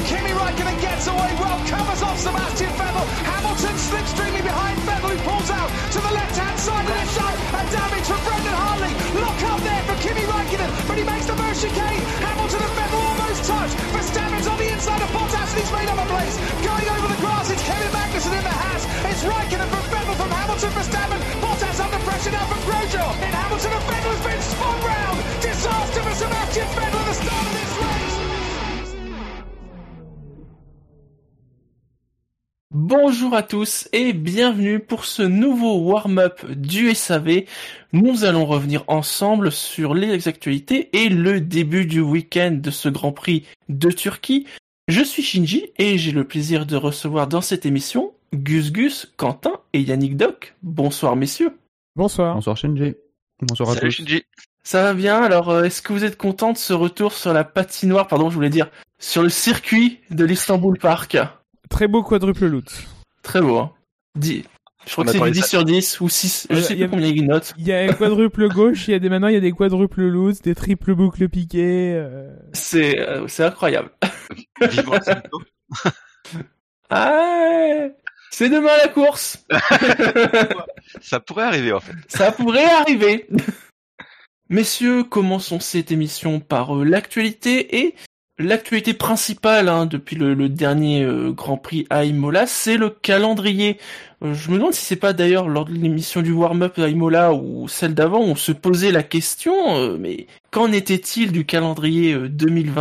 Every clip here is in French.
Kimi Räikkönen gets away well, covers off Sebastian Vettel. Hamilton slipstreaming behind Vettel, who pulls out to the left-hand side of the shot. A damage from Brendan Hartley. Lock up there for Kimi Räikkönen, but he makes the first chicane. Hamilton and Vettel almost touch. Verstappen's on the inside of Bottas, and he's made up a place. Going over the grass, it's Kevin Magnussen in the Haas. It's Räikkönen from Vettel, from Hamilton, Verstappen. Bottas under pressure now from Grosjean. And Hamilton and Vettel has been spun round. Disaster for Sebastian Vettel at the start of this race. Bonjour à tous et bienvenue pour ce nouveau warm-up du SAV. Nous allons revenir ensemble sur les actualités et le début du week-end de ce Grand Prix de Turquie. Je suis Shinji et j'ai le plaisir de recevoir dans cette émission Gus, Quentin et Yannick Doc. Bonsoir messieurs. Bonsoir. Bonsoir Shinji. Bonsoir à tous. Salut Shinji. Ça va bien, alors est-ce que vous êtes content de ce retour sur la patinoire, sur le circuit de l'Istanbul Park? Très beau quadruple loot. Très beau, hein. Je crois que c'est du 10 sur 10 ou 6, je sais plus combien il y a une note. Il y a un quadruple gauche, maintenant il y a des quadruples loot, des triples boucles piquées. C'est incroyable. Vivement le Simto. Ah, c'est demain la course. Ça pourrait arriver en fait. Ça pourrait arriver. Messieurs, commençons cette émission par l'actualité et l'actualité principale depuis le dernier Grand Prix à Imola, c'est le calendrier. Je me demande si c'est pas d'ailleurs lors de l'émission du warm-up à Imola ou celle d'avant, on se posait la question, mais qu'en était-il du calendrier 2021 ?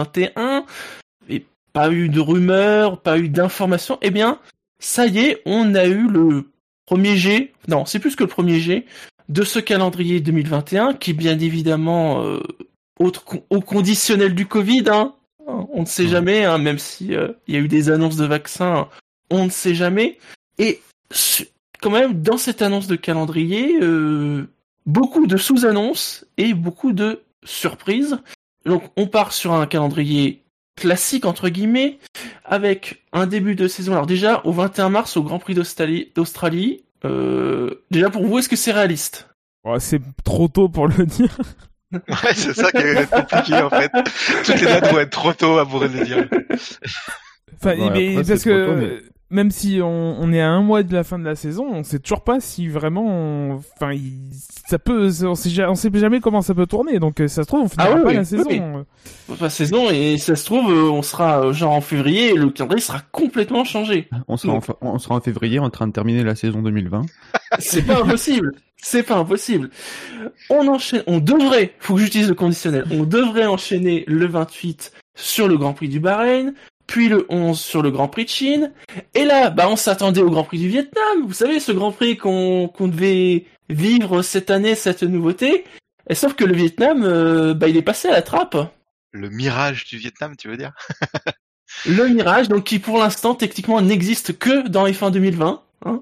Et pas eu de rumeurs, pas eu d'informations. Eh bien, ça y est, on a eu le premier jet, non, c'est plus que le premier jet, de ce calendrier 2021, qui est bien évidemment au conditionnel du Covid, on ne sait jamais, même si il y a eu des annonces de vaccins, on ne sait jamais. Et quand même, dans cette annonce de calendrier, beaucoup de sous-annonces et beaucoup de surprises. Donc, on part sur un calendrier classique, entre guillemets, avec un début de saison. Alors déjà, au 21 mars, au Grand Prix d'Australie, déjà pour vous, est-ce que c'est réaliste ? C'est trop tôt pour le dire. Ouais, c'est ça qui est compliqué en fait. Toutes les dates vont être trop tôt à vous le dire. Enfin, ouais, mais après, parce que tôt, mais... même si on est à un mois de la fin de la saison, on sait toujours pas si vraiment, ça peut, on sait jamais comment ça peut tourner. Donc ça se trouve, on finira pas la saison. Oui. La saison, et ça se trouve, on sera genre en février, et le calendrier sera complètement changé. On sera en février en train de terminer la saison 2020. C'est pas impossible. C'est pas impossible. On enchaîne, faut que j'utilise le conditionnel, on devrait enchaîner le 28 sur le Grand Prix du Bahreïn, puis le 11 sur le Grand Prix de Chine, et là, on s'attendait au Grand Prix du Vietnam, vous savez, ce Grand Prix qu'on devait vivre cette année, cette nouveauté, et sauf que le Vietnam, il est passé à la trappe. Le mirage du Vietnam, tu veux dire? Le mirage, donc qui pour l'instant, techniquement, n'existe que dans F1 2020,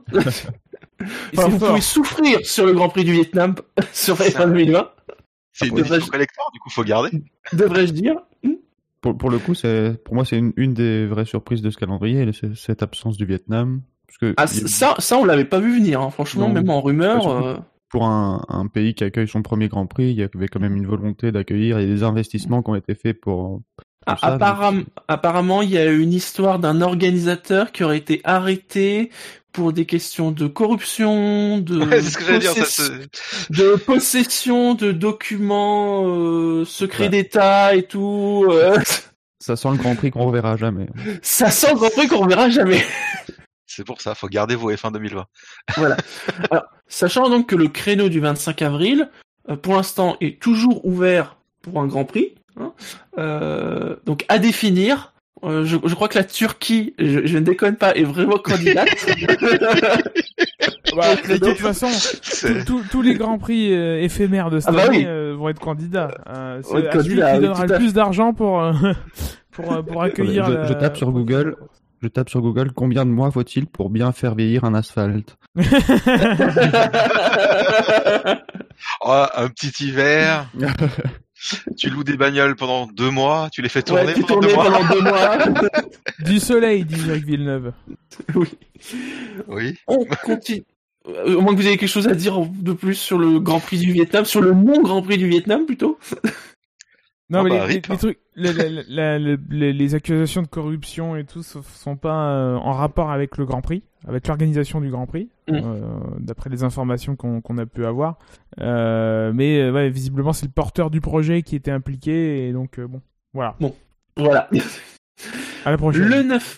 Enfin, vous pouvez souffrir sur le Grand Prix du Vietnam sur F1 2020. C'est une édition collector, du coup, faut garder. Devrais-je dire. Pour le coup, pour moi, c'est une des vraies surprises de ce calendrier, cette absence du Vietnam. Parce que ça, on l'avait pas vu venir, franchement, non, même en rumeur. Pour un pays qui accueille son premier Grand Prix, il y avait quand même une volonté d'accueillir et des investissements qui ont été faits pour ça. Apparemment, il y a une histoire d'un organisateur qui aurait été arrêté pour des questions de corruption, c'est ce que j'allais dire, de possession de documents secrets d'État et tout. Ça sent le Grand Prix qu'on reverra jamais. Ça sent le Grand Prix qu'on reverra jamais. C'est pour ça, faut garder vos F1 2020. Voilà. Alors, sachant donc que le créneau du 25 avril, pour l'instant, est toujours ouvert pour un Grand Prix. Donc à définir. Je crois que la Turquie, je ne déconne pas, est vraiment candidate. De toute façon, tous les grands prix éphémères de cette année vont être candidats. C'est celui qui donnera le plus d'argent pour accueillir. Je tape sur Google. Je tape sur Google combien de mois faut-il pour bien faire vieillir un asphalte. Un petit hiver. Tu loues des bagnoles pendant 2 mois, tu les fais tourner pendant 2 mois. Du soleil, dit Jacques Villeneuve. Oui. On continue. Au moins que vous ayez quelque chose à dire de plus sur le Grand Prix du Vietnam, sur le non Grand Prix du Vietnam plutôt. Non, mais les trucs, les accusations de corruption et tout sont pas en rapport avec le Grand Prix, avec l'organisation du Grand Prix, d'après les informations qu'on a pu avoir. Mais ouais, visiblement, c'est le porteur du projet qui était impliqué, et donc bon, voilà. Bon, voilà. À la prochaine.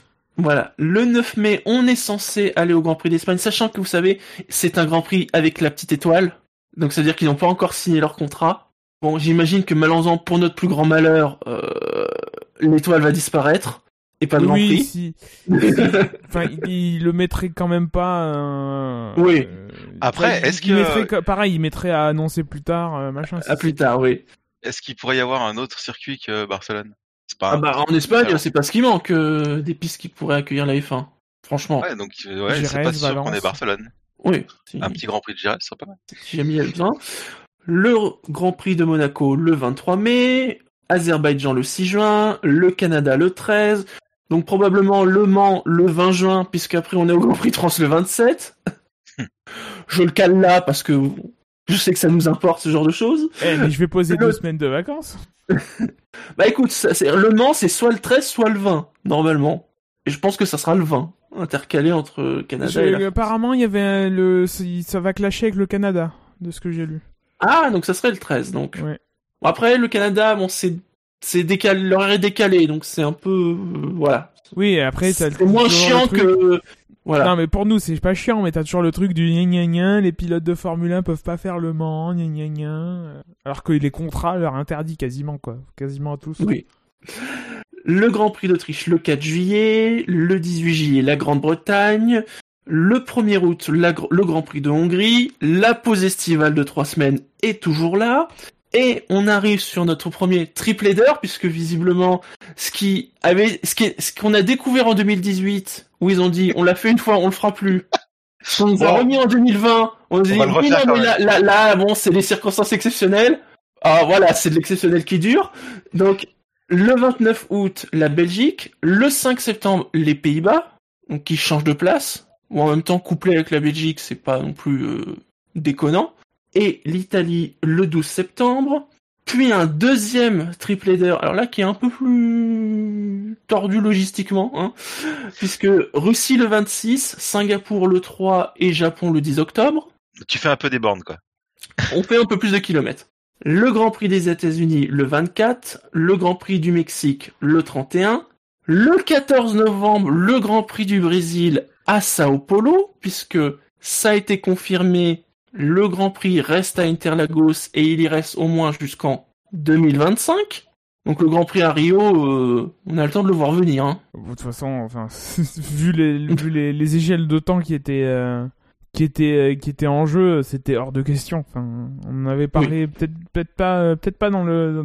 Le 9 mai, on est censé aller au Grand Prix d'Espagne, sachant que vous savez, c'est un Grand Prix avec la petite étoile, donc ça veut dire qu'ils n'ont pas encore signé leur contrat. Bon, j'imagine que malheureusement, pour notre plus grand malheur, l'étoile va disparaître et pas le Grand Prix. Si. Enfin, il le mettrait quand même pas. Oui. Après, est-ce que pareil, il mettrait à annoncer plus tard, machin. Plus tard, oui. Est-ce qu'il pourrait y avoir un autre circuit que Barcelone? C'est pas en Espagne, c'est pas ce qui manque, des pistes qui pourraient accueillir la F1. Franchement. Ouais, donc c'est pas sûr qu'on ait Barcelone. Oui. Un petit Grand Prix de Jerez, ça serait pas mal. Si jamais il y a besoin. Le Grand Prix de Monaco le 23 mai, Azerbaïdjan le 6 juin, le Canada le 13, donc probablement Le Mans le 20 juin, puisqu'après on est au Grand Prix de France le 27. Je le cale là parce que je sais que ça nous importe ce genre de choses. Mais je vais poser 2 semaines de vacances. Bah écoute, Le Mans c'est soit le 13 soit le 20, normalement. Et je pense que ça sera le 20, intercalé entre Canada et la France. Apparemment il y avait ça va clasher avec le Canada, de ce que j'ai lu. Ah, donc ça serait le 13, donc. Ouais. Bon, après, le Canada, bon, c'est décalé, l'horaire est décalé, donc c'est un peu, voilà. Oui, après, c'est moins chiant que, voilà. Non, mais pour nous, c'est pas chiant, mais t'as toujours le truc du gna les pilotes de Formule 1 peuvent pas faire le Mans, alors que les contrats leur interdisent quasiment à tous. Oui. Le Grand Prix d'Autriche le 4 juillet, le 18 juillet, la Grande-Bretagne, le 1er août, le Grand Prix de Hongrie, la pause estivale de 3 semaines est toujours là, et on arrive sur notre premier triple header, puisque visiblement, ce qu'on a découvert en 2018, où ils ont dit, on l'a fait une fois, on le fera plus. Ce qu'on nous a remis en 2020, on nous a dit, oui, non, mais là, bon, c'est des circonstances exceptionnelles. Ah, voilà, c'est de l'exceptionnel qui dure. Donc, le 29 août, la Belgique, le 5 septembre, les Pays-Bas, donc qui changent de place. Ou en même temps couplé avec la Belgique, c'est pas non plus déconnant. Et l'Italie le 12 septembre, puis un deuxième triple header, alors là qui est un peu plus tordu logistiquement, puisque Russie le 26, Singapour le 3 et Japon le 10 octobre. Tu fais un peu des bornes, quoi. On fait un peu plus de kilomètres. Le Grand Prix des États-Unis le 24, le Grand Prix du Mexique le 31, le 14 novembre, le Grand Prix du Brésil à Sao Paulo, puisque ça a été confirmé, le Grand Prix reste à Interlagos et il y reste au moins jusqu'en 2025. Donc le Grand Prix à Rio, on a le temps de le voir venir. Hein. De toute façon, enfin, vu les échelles de temps qui étaient en jeu, c'était hors de question. Enfin, on en avait parlé, oui. peut-être pas dans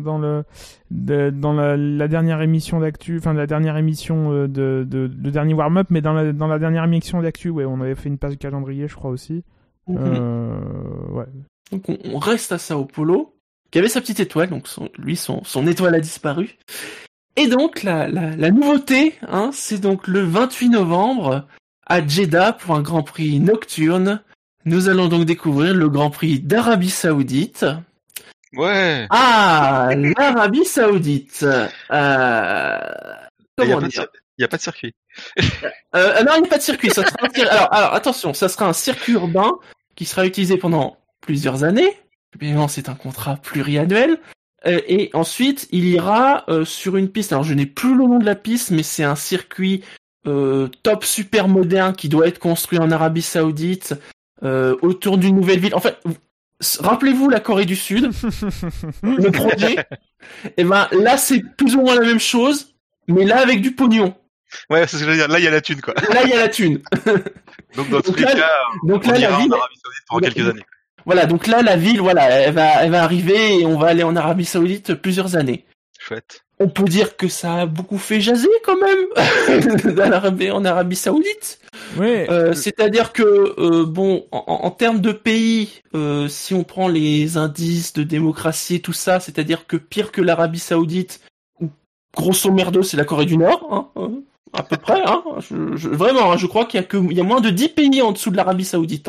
la dernière émission d'actu, enfin la dernière émission de dernier warm-up, mais dans la dernière émission d'actu, ouais, on avait fait une passe calendrier, je crois aussi. Ouais. Donc on reste à Sao Paulo, qui avait sa petite étoile, donc son étoile a disparu. Et donc la nouveauté, c'est donc le 28 novembre. À Jeddah pour un Grand Prix nocturne. Nous allons donc découvrir le Grand Prix d'Arabie Saoudite. Ouais. Ah, l'Arabie Saoudite. Comment dire ? Il n'y a pas de circuit. Non, il n'y a pas de circuit. Ça sera alors, attention, ça sera un circuit urbain qui sera utilisé pendant plusieurs années. Évidemment, c'est un contrat pluriannuel. Et ensuite, il ira sur une piste. Alors, je n'ai plus le nom de la piste, mais c'est un circuit top super moderne qui doit être construit en Arabie Saoudite autour d'une nouvelle ville. En fait, rappelez-vous la Corée du Sud, le projet. Et ben là, c'est plus ou moins la même chose, mais là avec du pognon. Ouais, c'est ce que je veux dire. Là, il y a la thune, quoi. Là, il y a la thune. Donc dans tous les cas, on ira en Arabie Saoudite pendant quelques années. Voilà, donc là, la ville, voilà, elle va arriver et on va aller en Arabie Saoudite plusieurs années. Chouette. On peut dire que ça a beaucoup fait jaser quand même en Arabie Saoudite. Ouais. C'est-à-dire que bon, en termes de pays, si on prend les indices de démocratie et tout ça, c'est-à-dire que pire que l'Arabie Saoudite, ou grosso merdo, c'est la Corée du Nord, à peu près. Vraiment, je crois qu'il y a moins de 10 pays en dessous de l'Arabie Saoudite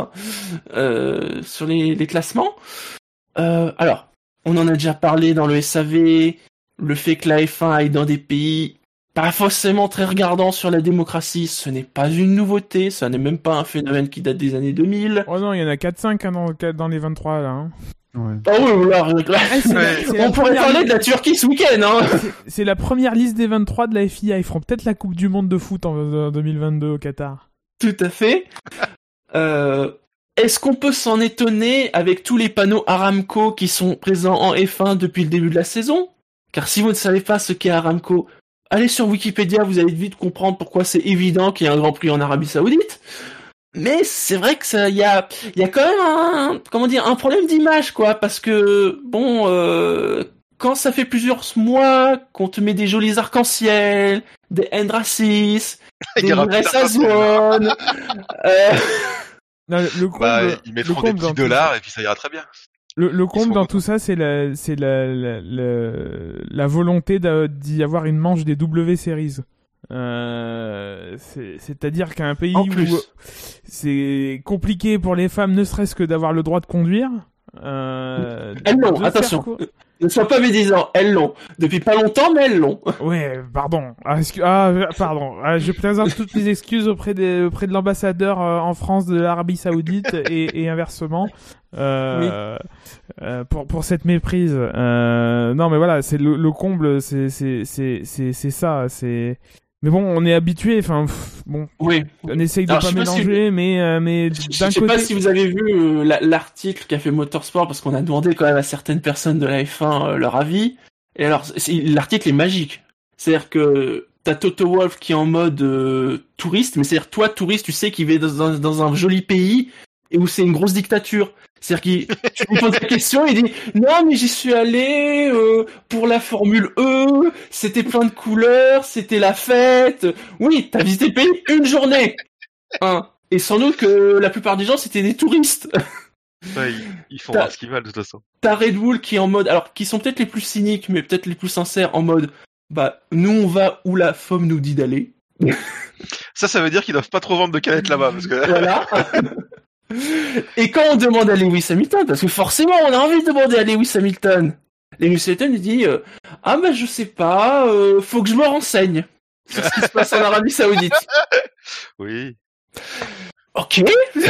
sur les classements. Alors, on en a déjà parlé dans le SAV. le fait que la F1 aille dans des pays pas forcément très regardants sur la démocratie, ce n'est pas une nouveauté, ça n'est même pas un phénomène qui date des années 2000. Oh non, il y en a 4-5 dans les 23 là. Hein. Ouais. Ah oui, là, on pourrait parler de la Turquie ce week-end. Hein. C'est la première liste des 23 de la FIA. Ils feront peut-être la Coupe du Monde de foot en 2022 au Qatar. Tout à fait. Est-ce qu'on peut s'en étonner avec tous les panneaux Aramco qui sont présents en F1 depuis le début de la saison ? Car si vous ne savez pas ce qu'est Aramco, allez sur Wikipédia, vous allez vite comprendre pourquoi c'est évident qu'il y a un Grand Prix en Arabie Saoudite. Mais c'est vrai que ça, il y a quand même un problème d'image, quoi, parce que bon, quand ça fait plusieurs mois qu'on te met des jolis arcs-en-ciel, des N-Racis, des Ressazone, non, le comble, ils mettront des petits dollars et puis ça ira très bien. Le comble dans tout ça, c'est la volonté d'y avoir une manche des W Series. C'est-à-dire qu'un pays où c'est compliqué pour les femmes, ne serait-ce que d'avoir le droit de conduire. Elles l'ont, attention. Ne sois pas médisant, elles l'ont. Depuis pas longtemps, mais elles l'ont. Ouais, pardon. Pardon. Je présente toutes mes excuses auprès de l'ambassadeur en France de l'Arabie Saoudite et inversement. Pour cette méprise. Non, mais voilà, c'est le comble, c'est ça, c'est. Mais bon, on est habitué, enfin, bon. Oui. On essaye de pas mélanger, mais d'un côté. Je sais pas si vous avez vu l'article qu'a fait Motorsport, parce qu'on a demandé quand même à certaines personnes de la F1 leur avis. Et alors, l'article est magique. C'est-à-dire que t'as Toto Wolff qui est en mode touriste, mais c'est-à-dire toi, touriste, tu sais qu'il va dans un joli pays et où c'est une grosse dictature. C'est-à-dire que tu lui poses la question, il dit « Non, mais j'y suis allé pour la Formule E, c'était plein de couleurs, c'était la fête. » Oui, t'as visité le pays une journée. Hein. Et sans doute que la plupart des gens, c'était des touristes. Ouais, ils font ce qu'ils veulent, de toute façon. T'as Red Bull qui est en mode... Alors, qui sont peut-être les plus cyniques, mais peut-être les plus sincères, en mode « Bah, nous, on va où la FOM nous dit d'aller. » Ça veut dire qu'ils doivent pas trop vendre de canettes là-bas, parce que... Voilà. Et quand on demande à Lewis Hamilton, parce que forcément on a envie de demander à Lewis Hamilton, Lewis Hamilton il dit ah bah je sais pas, faut que je me renseigne sur ce qui se passe en Arabie Saoudite. Oui. Ok.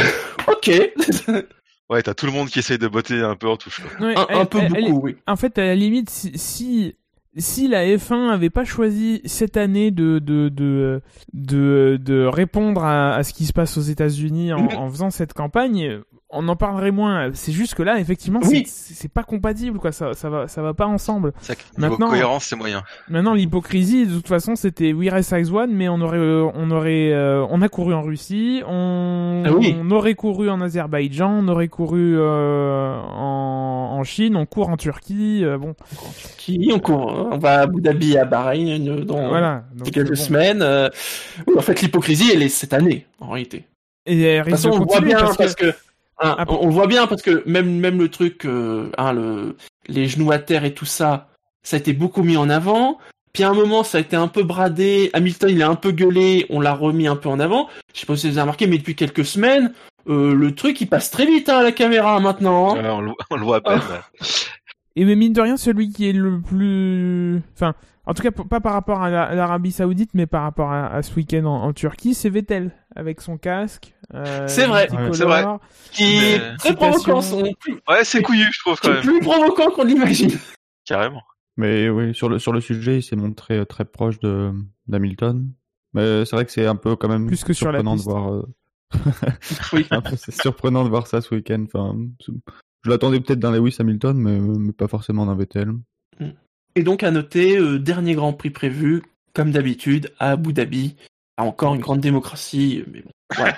Ouais, t'as tout le monde qui essaye de botter un peu en touche. Ouais, oui. En fait, à la limite, si la F1 avait pas choisi cette année de répondre à ce qui se passe aux États-Unis en faisant cette campagne, on en parlerait moins. C'est juste que là, effectivement, c'est pas compatible, quoi. Ça va pas ensemble. Maintenant, cohérence, c'est moyen. Maintenant, l'hypocrisie, de toute façon, c'était We Race Size One, mais on a couru en Russie, on aurait couru en Azerbaïdjan, on aurait couru en Chine, on court en Turquie, bon. En Turquie, on va à Abu Dhabi, à Bahreïn, dans quelques semaines. Oui, en fait, l'hypocrisie, elle est cette année, en réalité. Et de toute façon, on voit bien parce que on voit bien parce que même le truc, les genoux à terre et tout ça, ça a été beaucoup mis en avant. Puis à un moment, ça a été un peu bradé. Hamilton, il a un peu gueulé. On l'a remis un peu en avant. Je sais pas si vous avez remarqué, mais depuis quelques semaines, le truc, il passe très vite à la caméra maintenant. Ouais, on le voit à peine. Et mais mine de rien, celui qui est le plus, enfin, en tout cas pas par rapport à l'Arabie Saoudite, mais par rapport à ce week-end en Turquie, c'est Vettel avec son casque. C'est vrai. Qui est très provoquant. Ouais, c'est couillu, je trouve quand même. C'est plus provoquant qu'on l'imagine. Carrément. Mais oui, sur le sujet, il s'est montré très proche d'Hamilton. Mais c'est vrai que c'est un peu quand même plus que surprenant de voir. Oui. C'est surprenant de voir ça ce week-end. Enfin, je l'attendais peut-être d'un Lewis Hamilton, mais pas forcément d'un Vettel. Et donc à noter, dernier Grand Prix prévu, comme d'habitude, à Abu Dhabi. Encore une grande démocratie, mais bon, voilà.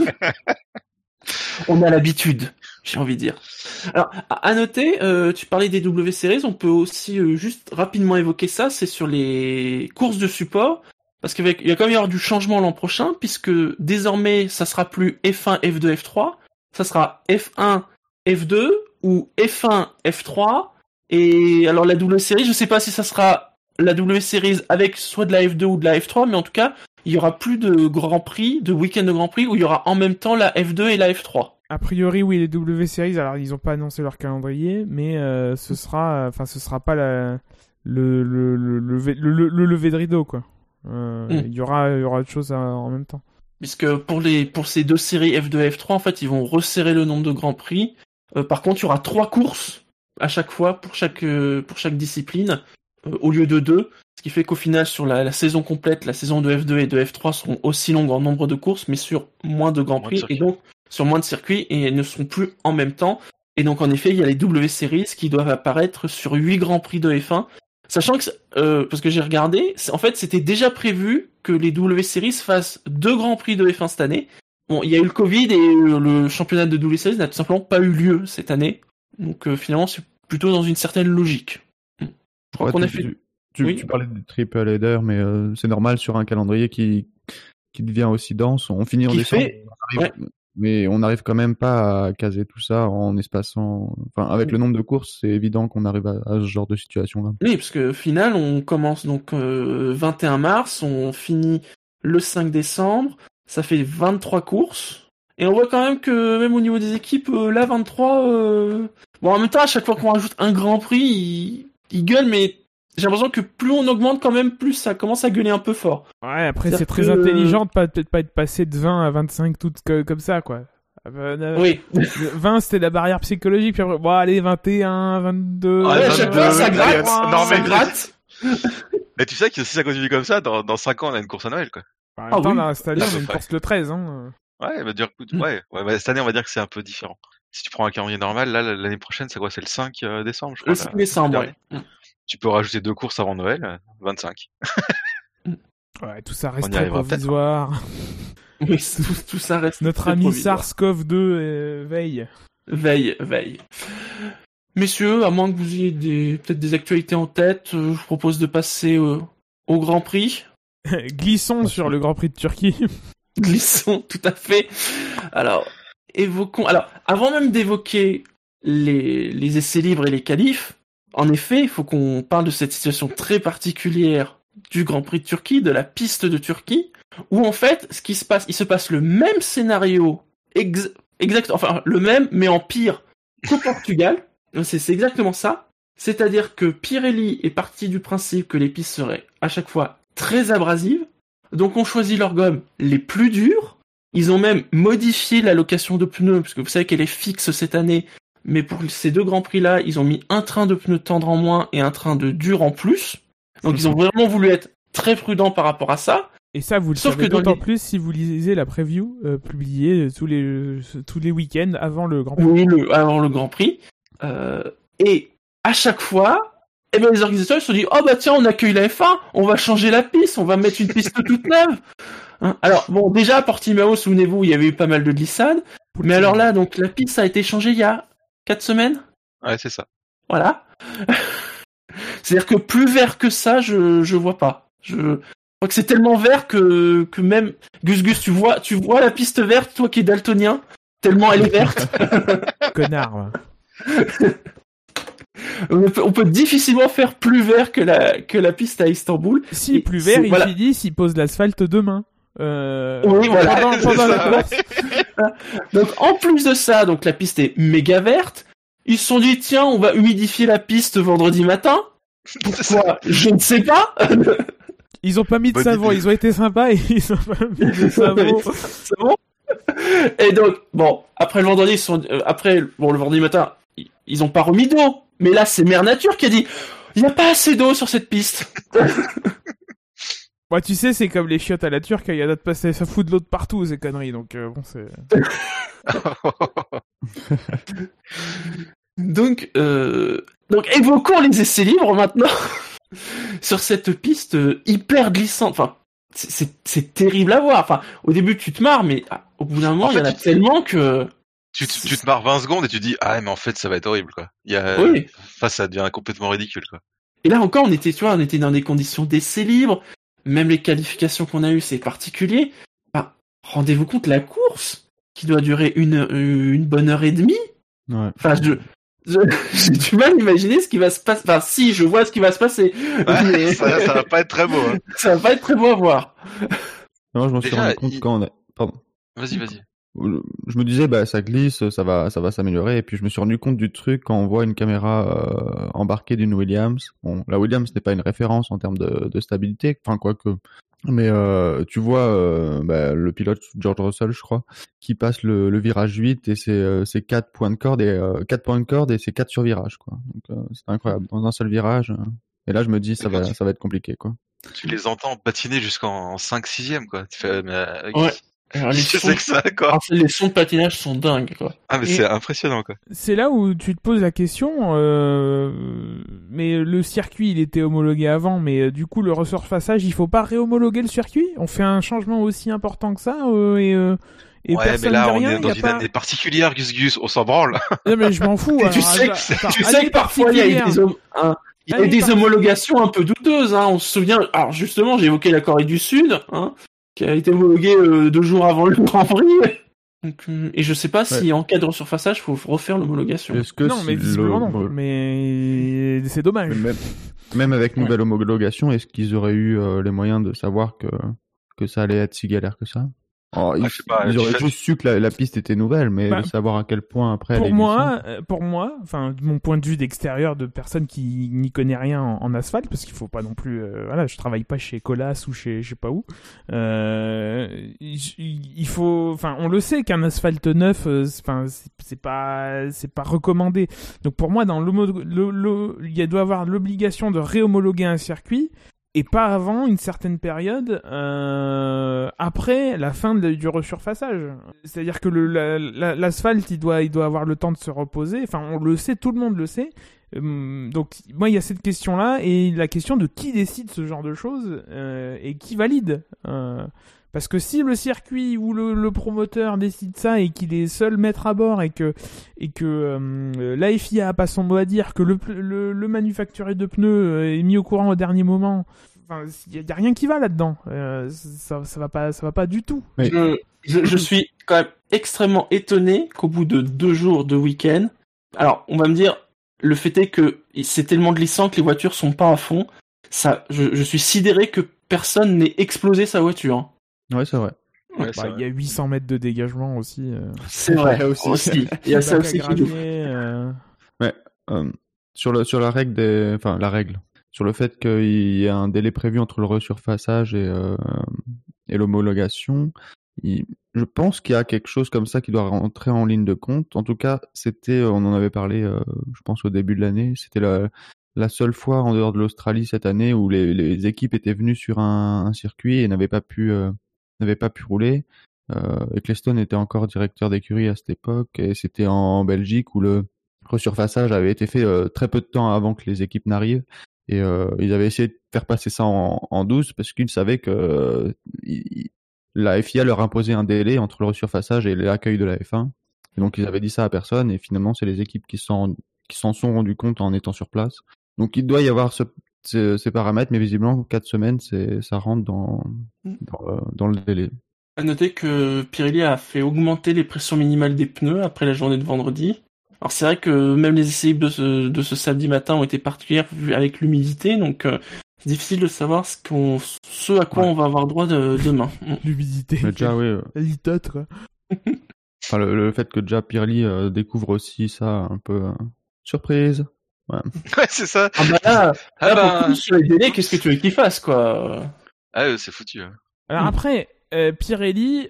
On a l'habitude, j'ai envie de dire. Alors, à noter, tu parlais des W Series, on peut aussi juste rapidement évoquer ça, c'est sur les courses de support, parce qu'il va quand même y avoir du changement l'an prochain, puisque désormais, ça sera plus F1, F2, F3, ça sera F1, F2, ou F1, F3, et alors la W Series, je sais pas si ça sera la W Series avec soit de la F2 ou de la F3, mais en tout cas, il y aura plus de Grand Prix, de week-end de Grand Prix, où il y aura en même temps la F2 et la F3. A priori, oui, les W Series, alors ils ont pas annoncé leur calendrier, mais ce sera pas le lever de rideau, quoi. Il y aura autre chose en même temps. Puisque pour ces 2 séries F2 et F3, en fait, ils vont resserrer le nombre de grands prix. Par contre, il y aura 3 courses à chaque fois pour chaque discipline, au lieu de 2. Ce qui fait qu'au final, sur la saison complète, la saison de F2 et de F3 seront aussi longues en nombre de courses, mais sur moins de grands prix, et donc sur moins de circuits, et ne seront plus en même temps. Et donc, en effet, il y a les W Series qui doivent apparaître sur 8 grands prix de F1. Sachant que, parce que j'ai regardé, en fait, c'était déjà prévu que les W Series fassent 2 grands prix de F1 cette année. Bon, il y a eu le Covid et le championnat de W Series n'a tout simplement pas eu lieu cette année. Donc, finalement, c'est plutôt dans une certaine logique. Je crois qu'on a fait... Tu parlais de triple header, mais c'est normal sur un calendrier qui devient aussi dense. On finit en décembre, mais on n'arrive quand même pas à caser tout ça en espaçant... Enfin, avec le nombre de courses, c'est évident qu'on arrive à ce genre de situation-là. Oui, parce que au final, on commence donc 21 mars, on finit le 5 décembre, ça fait 23 courses. Et on voit quand même que même au niveau des équipes, là 23... Bon, en même temps, à chaque fois qu'on rajoute un Grand Prix, il gueule, mais j'ai l'impression que plus on augmente quand même, plus ça commence à gueuler un peu fort. Ouais, après c'est très intelligent de peut-être pas être passé de 20 à 25 toutes comme ça, quoi. Oui. 20 c'était la barrière psychologique, puis après, bon allez, 21, 22... Ouais, à chaque fois ça gratte, ça gratte. Mais tu sais que si ça continue comme ça, dans 5 ans on a une course à Noël, quoi. En même temps, là, cette année on a une course le 13, hein. Ouais, bah, ouais, cette année on va dire que c'est un peu différent. Si tu prends un calendrier normal, là l'année prochaine c'est quoi? C'est le 5 décembre, je crois. Le 5 décembre, ouais. Tu peux rajouter 2 courses avant Noël, 25. Ouais, tout ça reste très provisoire. Oui, tout ça reste. Notre ami SARS-CoV-2 veille. Messieurs, à moins que vous ayez peut-être des actualités en tête, je vous propose de passer au Grand Prix. Glissons sur le Grand Prix de Turquie. Glissons, tout à fait. Alors, avant même d'évoquer les essais libres et les qualifs, en effet, il faut qu'on parle de cette situation très particulière du Grand Prix de Turquie, de la piste de Turquie, où en fait, il se passe le même scénario, le même, mais en pire qu'au Portugal. C'est exactement ça. C'est-à-dire que Pirelli est parti du principe que les pistes seraient à chaque fois très abrasives, donc on choisit leurs gommes les plus dures. Ils ont même modifié l'allocation de pneus, parce que vous savez qu'elle est fixe cette année. Mais pour ces 2 grands prix-là, ils ont mis un train de pneus tendres en moins et un train de dur en plus. Donc ils ont vraiment voulu être très prudents par rapport à ça. Et ça, vous le savez d'autant plus si vous lisez la preview publiée tous les week-ends avant le Grand Prix. Oui, avant le Grand Prix. Et à chaque fois, les organisateurs ils se sont dit « Oh bah tiens, on accueille la F1, on va changer la piste, on va mettre une piste toute neuve. » Alors bon, déjà à Portimao, souvenez-vous, il y avait eu pas mal de glissades. Mais alors là, donc la piste a été changée il y a 4 semaines. Ouais, c'est ça. Voilà. C'est-à-dire que plus vert que ça, je vois pas. Je crois que c'est tellement vert que même Gus, tu vois la piste verte, toi qui es daltonien, tellement elle est verte. Connard. On peut difficilement faire plus vert que la piste à Istanbul. Si, plus vert, il dit s'il pose l'asphalte demain. Oui, voilà. Pendant la course. Donc, en plus de ça, donc la piste est méga verte. Ils se sont dit, tiens, on va humidifier la piste vendredi matin. Pourquoi? Je ne sais pas. Ils ont pas mis de savon, ils ont été sympas et ils ont pas mis de savon. Et donc, bon, après le vendredi, le vendredi matin, ils ont pas remis d'eau. Mais là, c'est Mère Nature qui a dit, il n'y a pas assez d'eau sur cette piste. Ouais, tu sais, c'est comme les chiottes à la turque, il y a d'autres passer, ça fout de l'eau de partout, ces conneries, donc bon, c'est... Donc, évoquons les essais libres maintenant sur cette piste hyper glissante. Enfin, c'est terrible à voir. Enfin, au début, tu te marres, mais au bout d'un moment, il y en a tellement que... Tu te marres 20 secondes et tu te dis, ah, mais en fait, ça va être horrible, quoi. Oui. Enfin, ça devient complètement ridicule, quoi. Et là encore, on était dans des conditions d'essais libres. Même les qualifications qu'on a eues, c'est particulier. Enfin, rendez-vous compte, la course, qui doit durer une bonne heure et demie. Ouais. Enfin, j'ai du mal à imaginer ce qui va se passer. Enfin, si, je vois ce qui va se passer. Ouais, mais... ça va pas être très beau. Hein. Ça va pas être très beau à voir. Non, je m'en suis rendu compte quand on a... Pardon. Vas-y. je me disais, ça glisse, ça va s'améliorer. Et puis je me suis rendu compte du truc quand on voit une caméra embarquée d'une Williams. Bon, la Williams n'est pas une référence en termes de stabilité, enfin quoique. Mais tu vois le pilote George Russell, je crois, qui passe le virage 8 et c'est 4 points de corde et c'est 4 sur virage, quoi. Donc c'est incroyable dans un seul virage. Et là je me dis ça va être compliqué, quoi. Tu les entends patiner jusqu'en 5/6e, quoi. Tu fais ouais. Alors, que ça, quoi. Alors, les sons de patinage sont dingues, quoi. Ah, mais c'est impressionnant, quoi. C'est là où tu te poses la question, mais le circuit, il était homologué avant, mais du coup, le resurfaçage, il faut pas réhomologuer le circuit? On fait un changement aussi important que ça, et ouais, mais là, on est dans une année particulière, Gus, on s'en branle. Non, mais je m'en fous. Alors, tu sais que parfois, il y a des homologations un peu douteuses, hein. On se souvient, alors justement, j'ai évoqué la Corée du Sud, hein, qui a été homologué 2 jours avant le Grand Prix. Donc, et je sais pas si en cas de resurfaçage, il faut refaire l'homologation. Non, mais visiblement non. Mais c'est dommage. Même avec nouvelle homologation, est-ce qu'ils auraient eu les moyens de savoir que ça allait être si galère que ça? Ils auraient juste su que la piste était nouvelle, mais de savoir à quel point après. Pour moi, enfin, de mon point de vue d'extérieur, de personne qui n'y connaît rien en asphalte, parce qu'il faut pas non plus, je travaille pas chez Colas ou chez je sais pas où. Il faut, enfin, on le sait qu'un asphalte neuf, c'est pas recommandé. Donc pour moi, il doit avoir l'obligation de réhomologuer un circuit. Et pas avant une certaine période après la fin du resurfaçage. C'est-à-dire que l'asphalte, il doit avoir le temps de se reposer. Enfin, on le sait, tout le monde le sait. Donc, moi, il y a cette question-là et la question de qui décide ce genre de choses et qui valide. Parce que si le circuit ou le promoteur décide ça et qu'il est seul maître à bord et que la FIA a pas son mot à dire, que le manufacturier de pneus est mis au courant au dernier moment, enfin, il y a rien qui va là-dedans. Ça va pas du tout. Mais... Je suis quand même extrêmement étonné qu'au bout de 2 jours de week-end, alors on va me dire, le fait est que c'est tellement glissant que les voitures sont pas à fond. Ça, je suis sidéré que personne n'ait explosé sa voiture. Ouais, c'est vrai. Ouais, il y a 800 mètres de dégagement aussi. C'est vrai aussi. Il y a ça aussi qui nous... Ouais. Sur la règle sur le fait qu'il y ait un délai prévu entre le resurfaçage et l'homologation, je pense qu'il y a quelque chose comme ça qui doit rentrer en ligne de compte. En tout cas, on en avait parlé, je pense au début de l'année. C'était la seule fois en dehors de l'Australie cette année où les équipes étaient venues sur un circuit et n'avaient pas pu rouler. Ecclestone était encore directeur d'écurie à cette époque et c'était en Belgique où le resurfaçage avait été fait très peu de temps avant que les équipes n'arrivent et ils avaient essayé de faire passer ça en douce parce qu'ils savaient que la FIA leur imposait un délai entre le resurfaçage et l'accueil de la F1 et donc ils avaient dit ça à personne et finalement c'est les équipes qui s'en sont rendues compte en étant sur place. Donc il doit y avoir ces paramètres, mais visiblement 4 semaines, ça rentre dans le délai. À noter que Pirelli a fait augmenter les pressions minimales des pneus après la journée de vendredi. Alors c'est vrai que même les essais libres de ce samedi matin ont été particuliers avec l'humidité, donc c'est difficile de savoir ce à quoi on va avoir droit demain. L'humidité. Mais déjà, oui. La litote, quoi. Enfin, le fait que déjà Pirelli découvre aussi ça un peu surprise. Ouais, c'est ça. Pour coup, sur les délais, qu'est-ce que tu veux qu'ils fassent, quoi? C'est foutu. Alors après, Pirelli,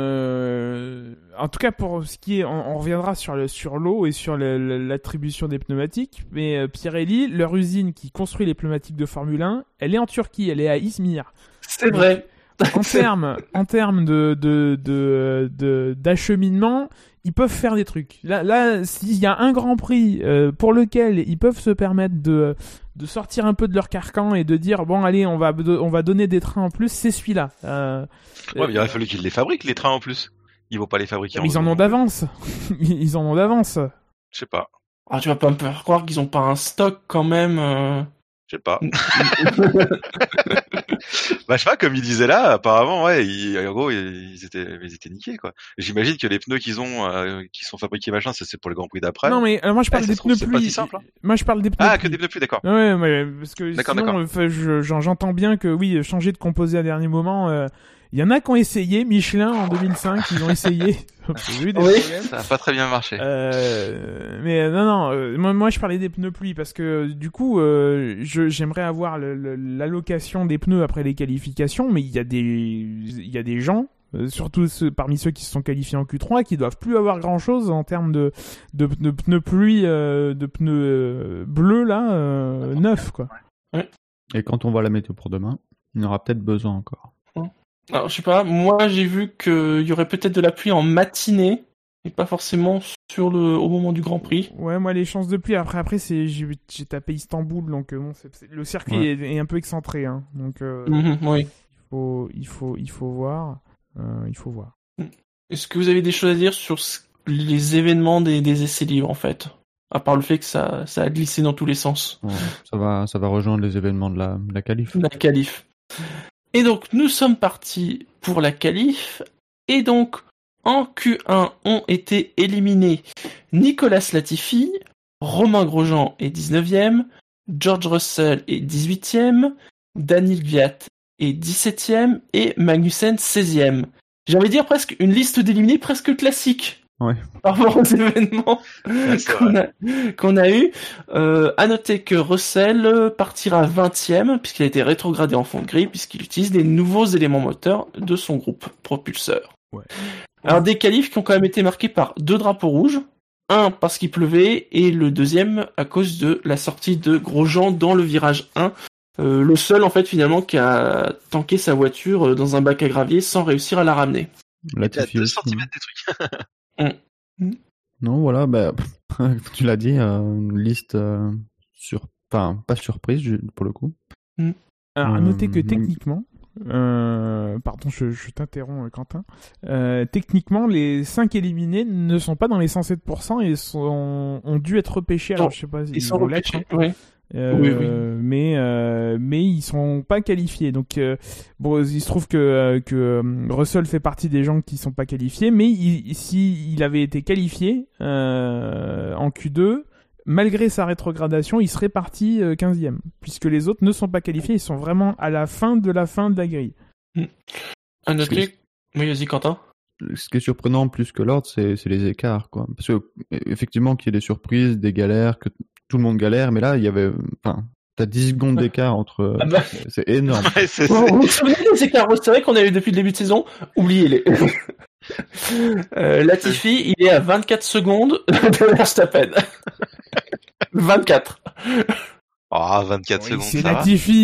en tout cas pour ce qui est, on reviendra sur l'eau et sur l'attribution des pneumatiques, mais Pirelli, leur usine qui construit les pneumatiques de Formule 1, elle est en Turquie, elle est à Izmir. C'est vrai. En termes d'acheminement, ils peuvent faire des trucs. Là, s'il y a un Grand Prix pour lequel ils peuvent se permettre de sortir un peu de leur carcan et de dire bon allez, on va donner des trains en plus, c'est celui-là. Ouais, mais il aurait fallu qu'ils les fabriquent les trains en plus. Ils vont pas les fabriquer. Ils en ont d'avance. Ils en ont d'avance. Je sais pas. Ah, tu vas pas me faire croire qu'ils ont pas un stock quand même. Je sais pas. Je sais pas, comme il disait là, apparemment, ouais, en gros, ils étaient niqués, quoi. J'imagine que les pneus qu'ils ont, qui sont fabriqués machin, c'est pour le Grand Prix d'après. Non, mais moi je parle des pneus pluie. C'est pas si simple, hein. Moi je parle des pneus pluie. Que des pneus pluie, d'accord. Ouais, parce que sinon, j'entends bien que oui, changer de composé à dernier moment, Il y en a qui ont essayé, Michelin en 2005, ils ont essayé. J'ai eu des Oui, problèmes. ça a pas très bien marché. Mais moi je parlais des pneus pluie parce que du coup j'aimerais avoir l'allocation des pneus après les qualifications, mais il y a des gens, surtout parmi ceux qui se sont qualifiés en Q3, qui doivent plus avoir grand chose en termes de pneus pluie, de pneus bleus là, neufs quoi. Ouais. Et quand on voit la météo pour demain, il y en aura peut-être besoin encore. Alors, je sais pas, moi j'ai vu qu'il y aurait peut-être de la pluie en matinée, et pas forcément au moment du Grand Prix. Ouais, moi les chances de pluie, après j'ai tapé Istanbul, donc bon, le circuit est un peu excentré, hein, donc oui. il faut voir. Est-ce que vous avez des choses à dire sur les événements des essais libres en fait? À part le fait que ça a glissé dans tous les sens. Ouais, ça va rejoindre les événements de la qualif. La qualif. Et donc, nous sommes partis pour la qualif. Et donc, en Q1, ont été éliminés Nicolas Latifi, Romain Grosjean est 19e, George Russell est 18e, Daniil Kvyat est 17e et Magnussen 16e. J'ai envie de dire presque une liste d'éliminés presque classique. Ouais. Par rapport aux événements qu'on a eu. À noter que Russell partira 20e puisqu'il a été rétrogradé en fond de grille puisqu'il utilise les nouveaux éléments moteurs de son groupe propulseur. Ouais. Alors des qualifs qui ont quand même été marqués par 2 drapeaux rouges. Un parce qu'il pleuvait et le deuxième à cause de la sortie de Grosjean dans le virage 1. Le seul en fait finalement qui a tanké sa voiture dans un bac à gravier sans réussir à la ramener. Latifi 2 aussi. cm des trucs. Non, voilà, tu l'as dit, une liste pas surprise pour le coup. Alors, à noter que techniquement, pardon, je t'interromps, Quentin. Techniquement, les 5 éliminés ne sont pas dans les 107% et ont dû être repêchés. Alors, je sais pas, ils sont repêchés, oui. Oui. Mais ils sont pas qualifiés. Donc bon, il se trouve que Russell fait partie des gens qui sont pas qualifiés, mais s'il avait été qualifié en Q2, malgré sa rétrogradation, il serait parti 15e, puisque les autres ne sont pas qualifiés, ils sont vraiment à la fin de la grille. À noter... Oui, vas-y Quentin. Ce qui est surprenant plus que l'ordre, c'est les écarts, quoi. Parce que effectivement qu'il y ait des surprises, des galères, que tout le monde galère, mais là, il y avait, t'as 10 secondes d'écart entre, c'est énorme. Ouais, vous vous souvenez des écarts resserrés qu'on a eu depuis le début de saison? Oubliez-les. Latifi, il est à 24 secondes de Verstappen. 24. 24 secondes, c'est ça Latifi.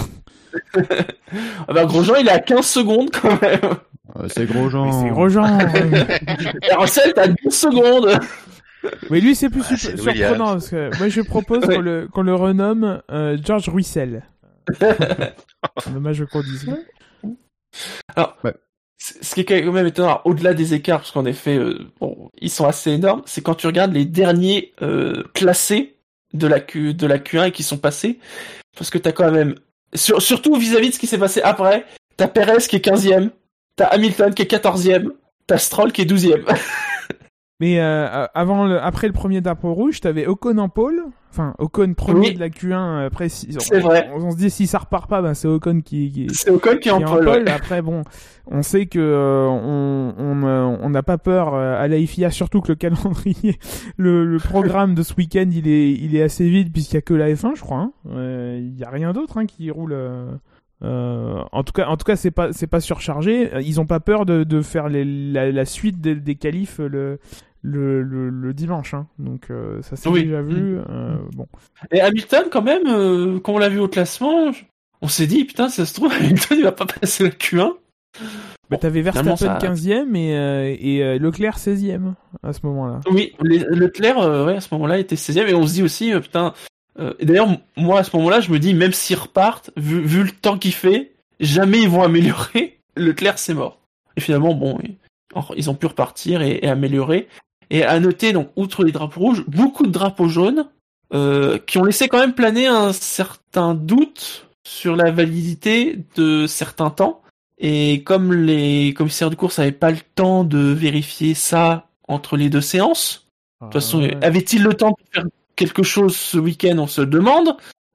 Grosjean, il est à 15 secondes quand même. C'est Grosjean. C'est Grosjean. Et Russell, t'as 12 secondes. Mais lui, c'est plus c'est surprenant. Parce que moi, je propose qu'on le renomme George Russell. Dommage qu'on dise. Alors, ce qui est quand même étonnant, au-delà des écarts, parce qu'en effet, ils sont assez énormes, c'est quand tu regardes les derniers classés de la Q1 et qui sont passés, parce que t'as quand même, surtout vis-à-vis de ce qui s'est passé après, t'as Perez qui est 15e, t'as Hamilton qui est 14e, t'as Stroll qui est 12e. Mais après le premier drapeau rouge, t'avais Ocon en pole. Enfin, Ocon premier de la Q1. Après, c'est vrai. On se dit si ça repart pas, c'est Ocon qui c'est Ocon qui est en pole. Ouais. Après, bon, on sait que on n'a pas peur à la FIA, surtout que le calendrier, le programme de ce week-end, il est assez vide puisqu'il y a que la F1, je crois. Il y a rien d'autre qui roule. En tout cas, c'est pas surchargé. Ils ont pas peur de faire la suite des qualifs le dimanche, donc ça s'est déjà vu. Bon. Et Hamilton, quand même, quand on l'a vu au classement, on s'est dit putain, ça se trouve Hamilton il va pas passer la Q1. T'avais Verstappen 15e et Leclerc 16e à ce moment-là. Oui, Leclerc à ce moment-là était 16e et on se dit aussi putain. Et d'ailleurs, moi à ce moment-là, je me dis même s'ils repartent, vu le temps qu'il fait, jamais ils vont améliorer. Leclerc c'est mort. Et finalement, bon, ils ont pu repartir et améliorer. Et à noter, donc, outre les drapeaux rouges, beaucoup de drapeaux jaunes qui ont laissé quand même planer un certain doute sur la validité de certains temps. Et comme les commissaires de course n'avaient pas le temps de vérifier ça entre les deux séances, de toute façon, avait-il le temps de faire quelque chose ce week-end, on se le demande.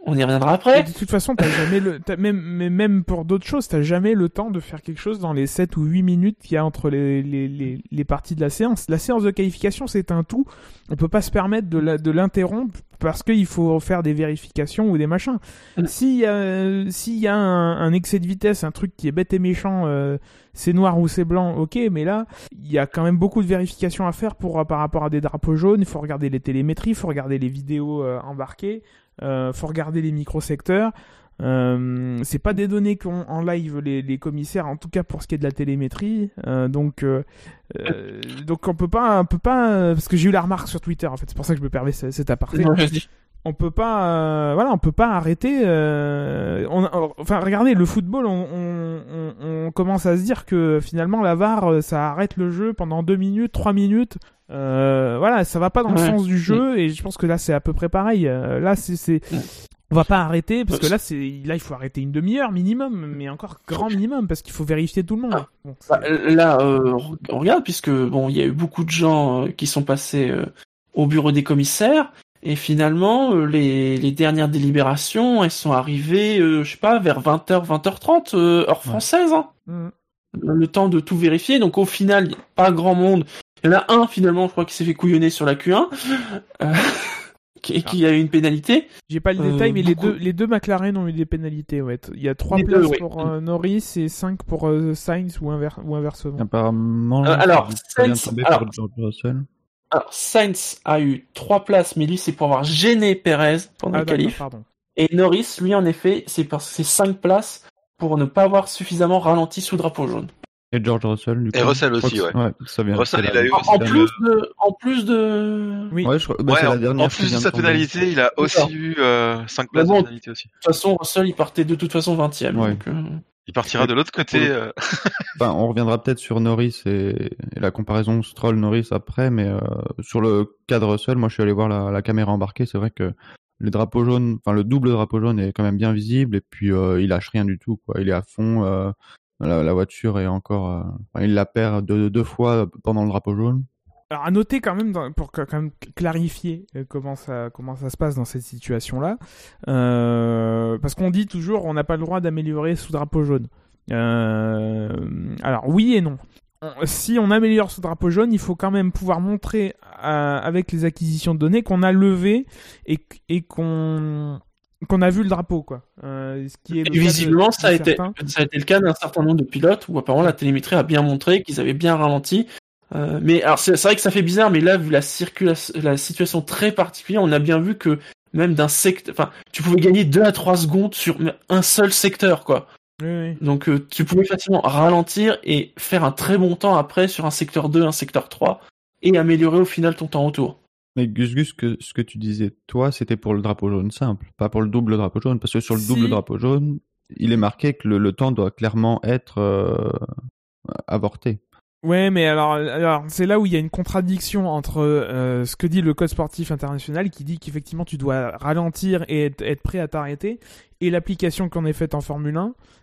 On y reviendra après. Et de toute façon, t'as jamais même pour d'autres choses, t'as jamais le temps de faire quelque chose dans les 7 ou 8 minutes qu'il y a entre les parties de la séance. La séance de qualification, c'est un tout. On peut pas se permettre de l'interrompre parce qu'il faut faire des vérifications ou des machins. S'il y a un excès de vitesse, un truc qui est bête et méchant, c'est noir ou c'est blanc, ok, mais là, il y a quand même beaucoup de vérifications à faire par rapport à des drapeaux jaunes. Il faut regarder les télémétries, il faut regarder les vidéos embarquées. Faut regarder les microsecteurs. C'est pas des données qu'ont en live les commissaires, en tout cas pour ce qui est de la télémétrie. Donc on peut pas, parce que j'ai eu la remarque sur Twitter. En fait, c'est pour ça que je me permets cet aparté. On peut pas, on peut pas arrêter. Enfin, regardez, le football, on commence à se dire que finalement la VAR, ça arrête le jeu pendant 2 minutes, 3 minutes. Ça va pas dans le sens du jeu, et je pense que là c'est à peu près pareil. Là, on va pas arrêter parce que là il faut arrêter une demi-heure minimum, mais encore grand minimum parce qu'il faut vérifier tout le monde. Bon, là, on regarde puisque il y a eu beaucoup de gens qui sont passés au bureau des commissaires. Et finalement, les dernières délibérations, elles sont arrivées, je sais pas, vers 20h, 20h30, heure française. Le temps de tout vérifier. Donc au final, il n'y a pas grand monde. Il y en a un, finalement, je crois, qui s'est fait couillonner sur la Q1, qui a eu une pénalité. J'ai pas le détail, mais les deux McLaren ont eu des pénalités, ouais. Il y a 3 places pour Norris et 5 pour Sainz ou inversement. Apparemment, Sainz a eu 3 places, mais lui, c'est pour avoir gêné Perez pendant le qualif. Et Norris, lui, en effet, c'est parce que c'est 5 places pour ne pas avoir suffisamment ralenti sous drapeau jaune. Et George Russell, du coup. Et Russell aussi, ouais. Ça vient. Russell, il a eu en plus de... Oui. Ouais, en plus de sa pénalité, il a aussi eu 5 places de pénalité aussi. De toute façon, Russell, il partait de toute façon 20ème. Ouais. Donc, il partira de l'autre côté. On reviendra peut-être sur Norris et la comparaison Stroll-Norris après, mais sur le cas de Russell, moi je suis allé voir la caméra embarquée, c'est vrai que le drapeau jaune, le double drapeau jaune est quand même bien visible, et puis il lâche rien du tout, quoi. Il est à fond, la voiture est encore... il la perd deux fois pendant le drapeau jaune. Alors à noter quand même, pour quand même clarifier comment ça se passe dans cette situation-là, parce qu'on dit toujours on n'a pas le droit d'améliorer sous drapeau jaune. Alors oui et non. Si on améliore sous drapeau jaune, il faut quand même pouvoir montrer avec les acquisitions de données qu'on a levé et qu'on a vu le drapeau, quoi. Ce qui est visiblement, ça a été le cas d'un certain nombre de pilotes où apparemment la télémétrie a bien montré qu'ils avaient bien ralenti. Mais alors c'est vrai que ça fait bizarre, mais là, vu la situation très particulière, on a bien vu que même d'un secteur, tu pouvais gagner 2 à 3 secondes sur un seul secteur, quoi. Oui. Donc tu pouvais facilement ralentir et faire un très bon temps après sur un secteur 2, un secteur 3 et améliorer au final ton temps autour. Mais Gus, ce que tu disais, toi, c'était pour le drapeau jaune simple, pas pour le double drapeau jaune, parce que sur le double drapeau jaune, il est marqué que le temps doit clairement être avorté. Ouais, mais alors c'est là où il y a une contradiction entre ce que dit le Code sportif international, qui dit qu'effectivement tu dois ralentir et être prêt à t'arrêter, et l'application qu'on est faite en Formule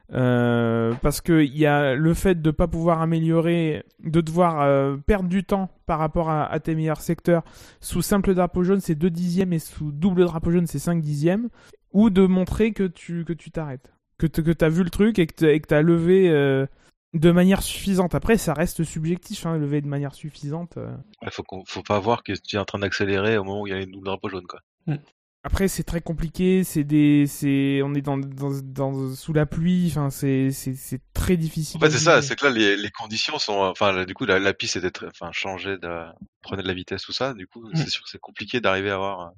1, parce que il y a le fait de pas pouvoir améliorer, de devoir perdre du temps par rapport à tes meilleurs secteurs. Sous simple drapeau jaune, c'est 2 dixièmes, et sous double drapeau jaune, c'est 5 dixièmes, ou de montrer que tu t'arrêtes, que t'as vu le truc et que t'as levé de manière suffisante. Après, ça reste subjectif, lever de manière suffisante. Faut pas voir que tu es en train d'accélérer au moment où il y a une double drapeau jaune, quoi. Après, c'est très compliqué. on est dans sous la pluie. c'est très difficile. En fait, c'est ça. C'est que là, les conditions sont, du coup, la piste était changée, prenait de la vitesse, tout ça. Du coup, c'est sûr que c'est compliqué d'arriver à avoir.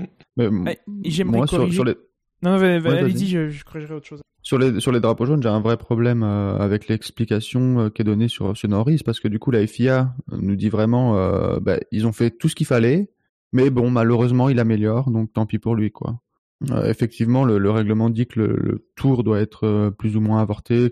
J'aimerais corriger. Sur les... Non, allez-y, je corrigerai autre chose. Sur les drapeaux jaunes, j'ai un vrai problème avec l'explication qui est donnée sur Norris, parce que du coup la FIA nous dit vraiment ils ont fait tout ce qu'il fallait, mais bon, malheureusement il améliore, donc tant pis pour lui, quoi. Effectivement, le règlement dit que le tour doit être plus ou moins avorté,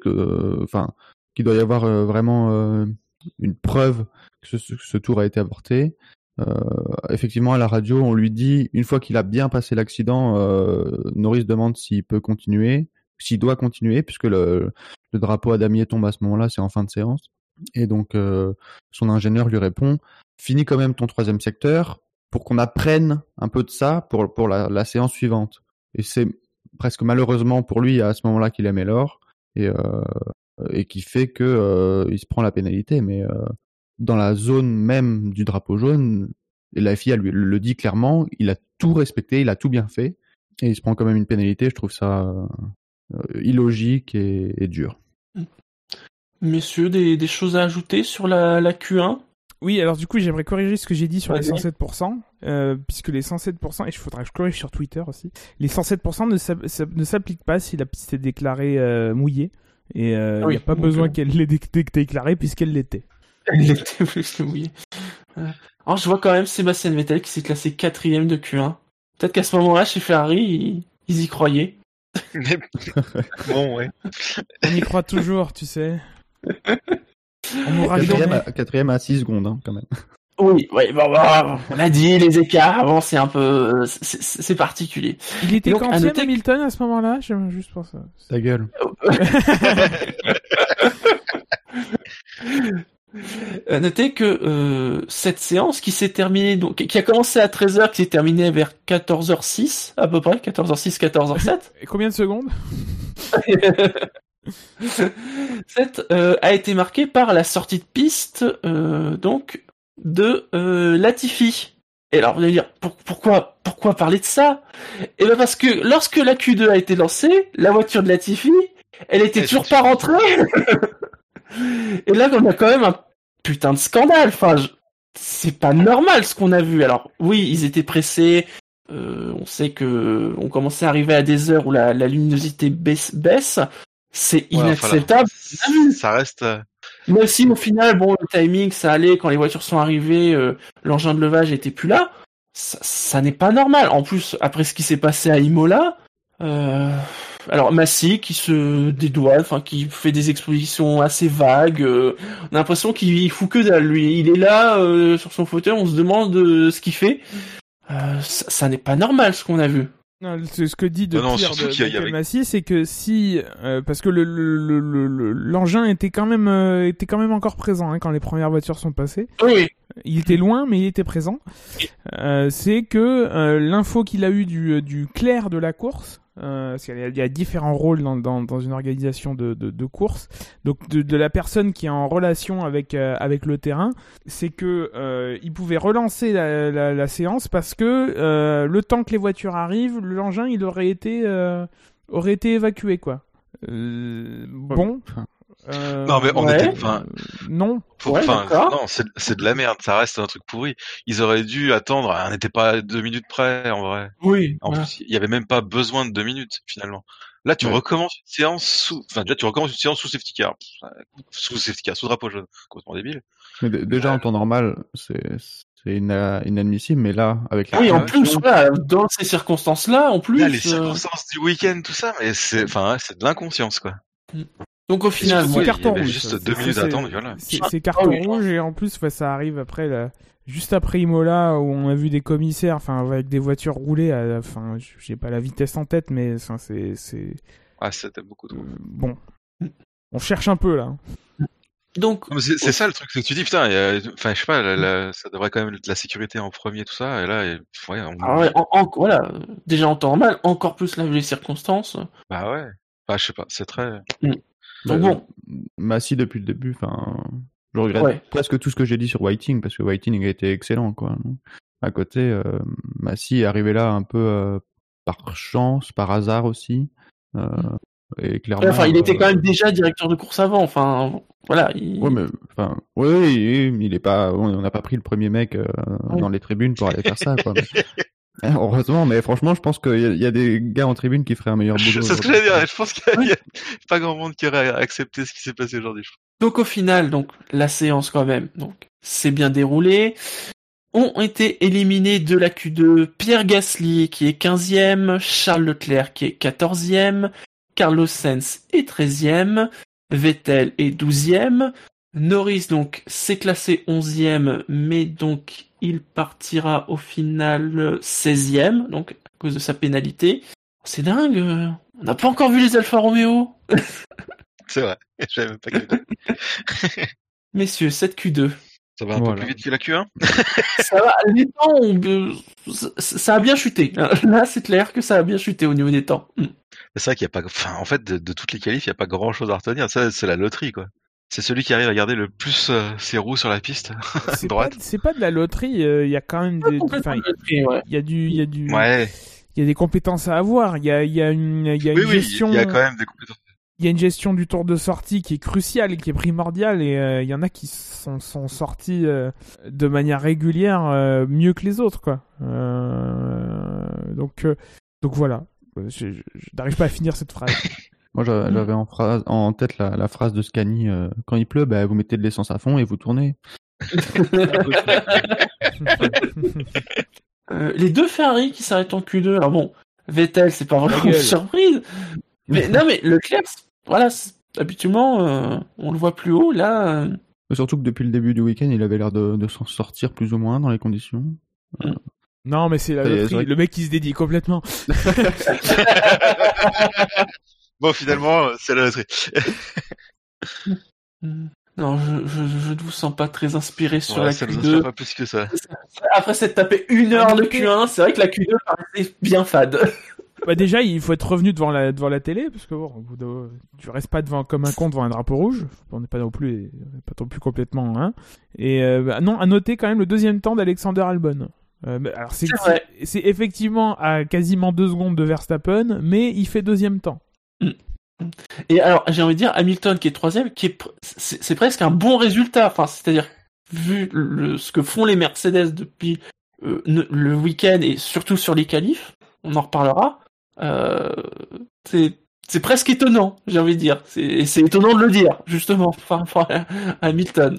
qu'il doit y avoir vraiment une preuve que ce tour a été avorté. Effectivement, à la radio, on lui dit, une fois qu'il a bien passé l'accident, Norris demande s'il peut continuer, s'il doit continuer, puisque le drapeau à damier tombe à ce moment-là, c'est en fin de séance. Et donc, son ingénieur lui répond, finis quand même ton 3e secteur pour qu'on apprenne un peu de ça pour la séance suivante. Et c'est presque malheureusement pour lui à ce moment-là qu'il améliore et qui fait que il se prend la pénalité. Mais dans la zone même du drapeau jaune, et la FIA lui le dit clairement, il a tout respecté, il a tout bien fait, et il se prend quand même une pénalité. Je trouve ça illogique et dur. Messieurs, des choses à ajouter sur la Q1 ? Oui, alors du coup, j'aimerais corriger ce que j'ai dit sur les 107%, puisque les 107%, et il faudra que je corrige sur Twitter aussi, les 107% ne s'appliquent pas si la piste est déclarée mouillée, et il n'y a pas besoin qu'elle l'ait déclarée puisqu'elle l'était. Elle l'était plus que mouillée. Alors, je vois quand même Sébastien Vettel qui s'est classé 4ème de Q1. Peut-être qu'à ce moment-là, chez Ferrari, ils y croyaient. Bon, ouais. On y croit toujours, tu sais. On mourra Quatrième à 6 secondes, hein, quand même. Oui, bon, on a dit, les écarts, avant, c'est un peu... C'est particulier. Il était quantième Hamilton à ce moment-là ? Juste pour ça. Ta gueule. Notez que cette séance qui s'est terminée, donc qui a commencé à 13h, qui s'est terminée vers 14h06, à peu près, 14h06, 14h07. Et combien de secondes ? Cette a été marquée par la sortie de piste donc de Latifi. Et alors vous allez dire pourquoi parler de ça ? Et ben parce que lorsque la Q2 a été lancée, la voiture de Latifi, elle était toujours pas rentrée. Et là on a quand même un putain de scandale. Enfin, c'est pas normal ce qu'on a vu. Alors oui, ils étaient pressés. On sait que on commençait à arriver à des heures où la luminosité baisse. C'est inacceptable. Ça reste. Mais si au final, bon, le timing, ça allait quand les voitures sont arrivées, l'engin de levage était plus là. Ça n'est pas normal. En plus, après ce qui s'est passé à Imola, alors Massi qui se dédouane, enfin qui fait des expositions assez vagues. On a l'impression qu'il fout que dalle. Lui, il est là sur son fauteuil. On se demande ce qu'il fait. Ça n'est pas normal ce qu'on a vu. Non, ce que dit de Massi, c'est que si parce que l'engin était quand même encore présent hein, quand les premières voitures sont passées. Oui. Il était loin, mais il était présent. C'est que l'info qu'il a eu du clerc de la course, parce qu'il y a différents rôles dans une organisation de course, donc de la personne qui est en relation avec le terrain, c'est que il pouvait relancer la séance parce que le temps que les voitures arrivent, l'engin il aurait été évacué quoi. Bon. Non mais on était non. Non, c'est de la merde, ça reste un truc pourri. Ils auraient dû attendre, on n'était pas à 2 minutes près en vrai. Oui. En plus, il y avait même pas besoin de 2 minutes finalement. Là, tu recommences une séance sous safety car. Sous drapeau jaune. Complètement débile. Mais déjà en temps normal, c'est inadmissible, mais là, avec la... Oui, en plus, voilà, dans ces circonstances-là, en plus... Là, les circonstances du week-end, tout ça, mais c'est de l'inconscience, quoi. Donc au final, c'est carton rouge. Juste 2 minutes à attendre, voilà. C'est carton rouge et en plus, ça arrive après, juste après Imola où on a vu des commissaires, avec des voitures roulées, j'ai pas la vitesse en tête, mais c'est. Ah, c'était beaucoup trop. Bon, on cherche un peu là. Donc. C'est ça le truc, c'est que tu dis putain, je sais pas, ça devrait quand même être la sécurité en premier, tout ça, et là, voilà, déjà en temps normal, encore plus là les circonstances. Bah ouais. Je sais pas, c'est très. Donc bon. Massi depuis le début, je regrette presque tout ce que j'ai dit sur Whiting, parce que Whiting a été excellent, quoi. À côté, Massi est arrivé là un peu par chance, par hasard aussi. Et clairement. Il était quand même déjà directeur de course avant, voilà. Il est pas. On n'a pas pris le premier mec dans les tribunes pour aller faire ça, quoi. Heureusement, mais franchement, je pense qu'il y a des gars en tribune qui feraient un meilleur boulot. C'est ce que j'allais dire. Je pense qu'il y a pas grand monde qui aurait accepté ce qui s'est passé aujourd'hui. Donc au final, la séance quand même, c'est bien déroulé. Ont été éliminés de la Q2 Pierre Gasly qui est 15e, Charles Leclerc qui est 14e, Carlos Sainz est 13e, Vettel est 12e, Norris s'est classé 11e, mais il partira au final 16e, à cause de sa pénalité. C'est dingue, on n'a pas encore vu les Alfa Romeo. C'est vrai, j'avais même pas calculé. Messieurs, cette Q2, Ça va un peu plus vite que la Q1. Ça va, les temps, ça a bien chuté. Là, c'est clair que ça a bien chuté au niveau des temps. C'est vrai qu'il y a pas, enfin, en fait, de toutes les qualifs, il y a pas grand chose à retenir. Ça, c'est la loterie, quoi. C'est celui qui arrive à garder le plus ses roues sur la piste. C'est pas de la loterie. Il y a quand même des, il y a du. Ouais. Il y a des compétences à avoir. Il y a une gestion. Il y a quand même des compétences. Il y a une gestion du tour de sortie qui est cruciale et qui est primordiale, et il y en a qui sont sortis de manière régulière mieux que les autres, quoi. Donc voilà. Je n'arrive pas à finir cette phrase. Moi, j'avais en tête la phrase de Scani, quand il pleut, vous mettez de l'essence à fond et vous tournez. Les deux Ferrari qui s'arrêtent en Q2. Alors bon, Vettel, c'est pas vraiment une surprise. Mais non, mais Leclerc, voilà, habituellement, on le voit plus haut, là. Surtout que depuis le début du week-end, il avait l'air de s'en sortir plus ou moins dans les conditions. Non, mais c'est la loterie. Le mec qui se dédie complètement. Bon, finalement, c'est la loterie. Non, je ne vous sens pas très inspiré sur la ça Q2. Ça nous pas plus que ça. Après s'être tapé 1 heure de Q1, c'est vrai que la Q2 paraissait bien fade. Déjà, il faut être revenu devant la télé, parce que bon, tu restes pas comme un con devant un drapeau rouge. On n'est pas non plus complètement, hein. Et non, à noter quand même le deuxième temps d'Alexander Albon. Alors c'est effectivement à quasiment 2 secondes de Verstappen, mais il fait deuxième temps. Et alors, j'ai envie de dire, Hamilton qui est troisième, c'est presque un bon résultat. Enfin, c'est-à-dire, vu ce que font les Mercedes depuis le week-end et surtout sur les qualifs, on en reparlera. C'est presque étonnant, j'ai envie de dire. C'est étonnant de le dire, justement, par rapport à Hamilton.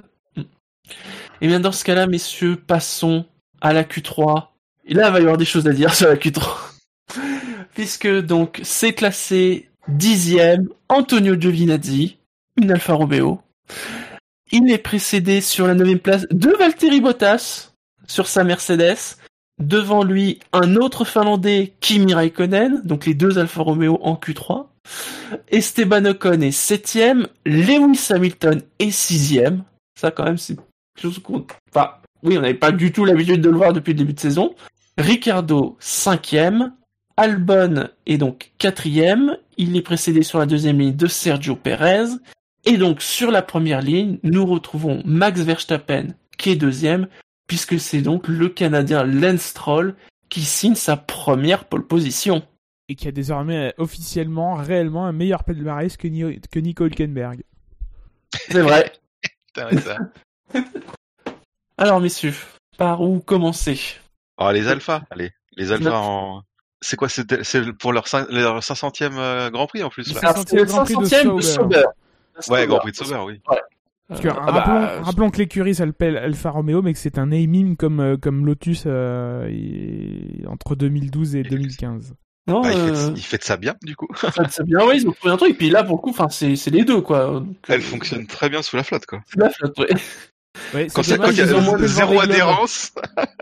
Et bien, dans ce cas-là, messieurs, passons à la Q3. Et là, il va y avoir des choses à dire sur la Q3. Puisque, donc, c'est classé 10e, Antonio Giovinazzi, une Alfa Romeo. Il est précédé sur la 9e place de Valtteri Bottas, sur sa Mercedes. Devant lui, un autre Finlandais, Kimi Räikkönen, donc les 2 Alfa Romeo en Q3. Esteban Ocon est 7e, Lewis Hamilton est 6e. Ça, quand même, c'est quelque chose qu'on... Enfin, oui, on n'avait pas du tout l'habitude de le voir depuis le début de saison. Ricciardo, 5e. Albon est donc 4e. Il est précédé sur la 2e ligne de Sergio Perez. Et donc, sur la première ligne, nous retrouvons Max Verstappen, qui est 2e, puisque c'est donc le Canadien Lance Stroll qui signe sa première pole position. Et qui a désormais officiellement, réellement, un meilleur palmarès que Nico Hülkenberg. C'est vrai. Ça. Alors, messieurs, par où commencer ? Alors, les Alphas, allez. Les Alphas en... C'est quoi ? C'est pour leur 500e Grand Prix, en plus, là. C'est le 500e de Sauber. Ouais, Grand Prix de Sauber, oui. Ouais. Parce que, rappelons que l'écurie s'appelle Alfa Romeo, mais que c'est un naming comme Lotus entre 2012 et 2015. Non, il fait de ça bien, du coup. C'est bien, oui, ils ont trouvé un truc. Et puis là, pour le coup, c'est les deux, quoi. Donc, elle fonctionne très bien sous la flotte, quoi. Sous la flotte, ouais. Ouais, quand il y a zéro adhérence.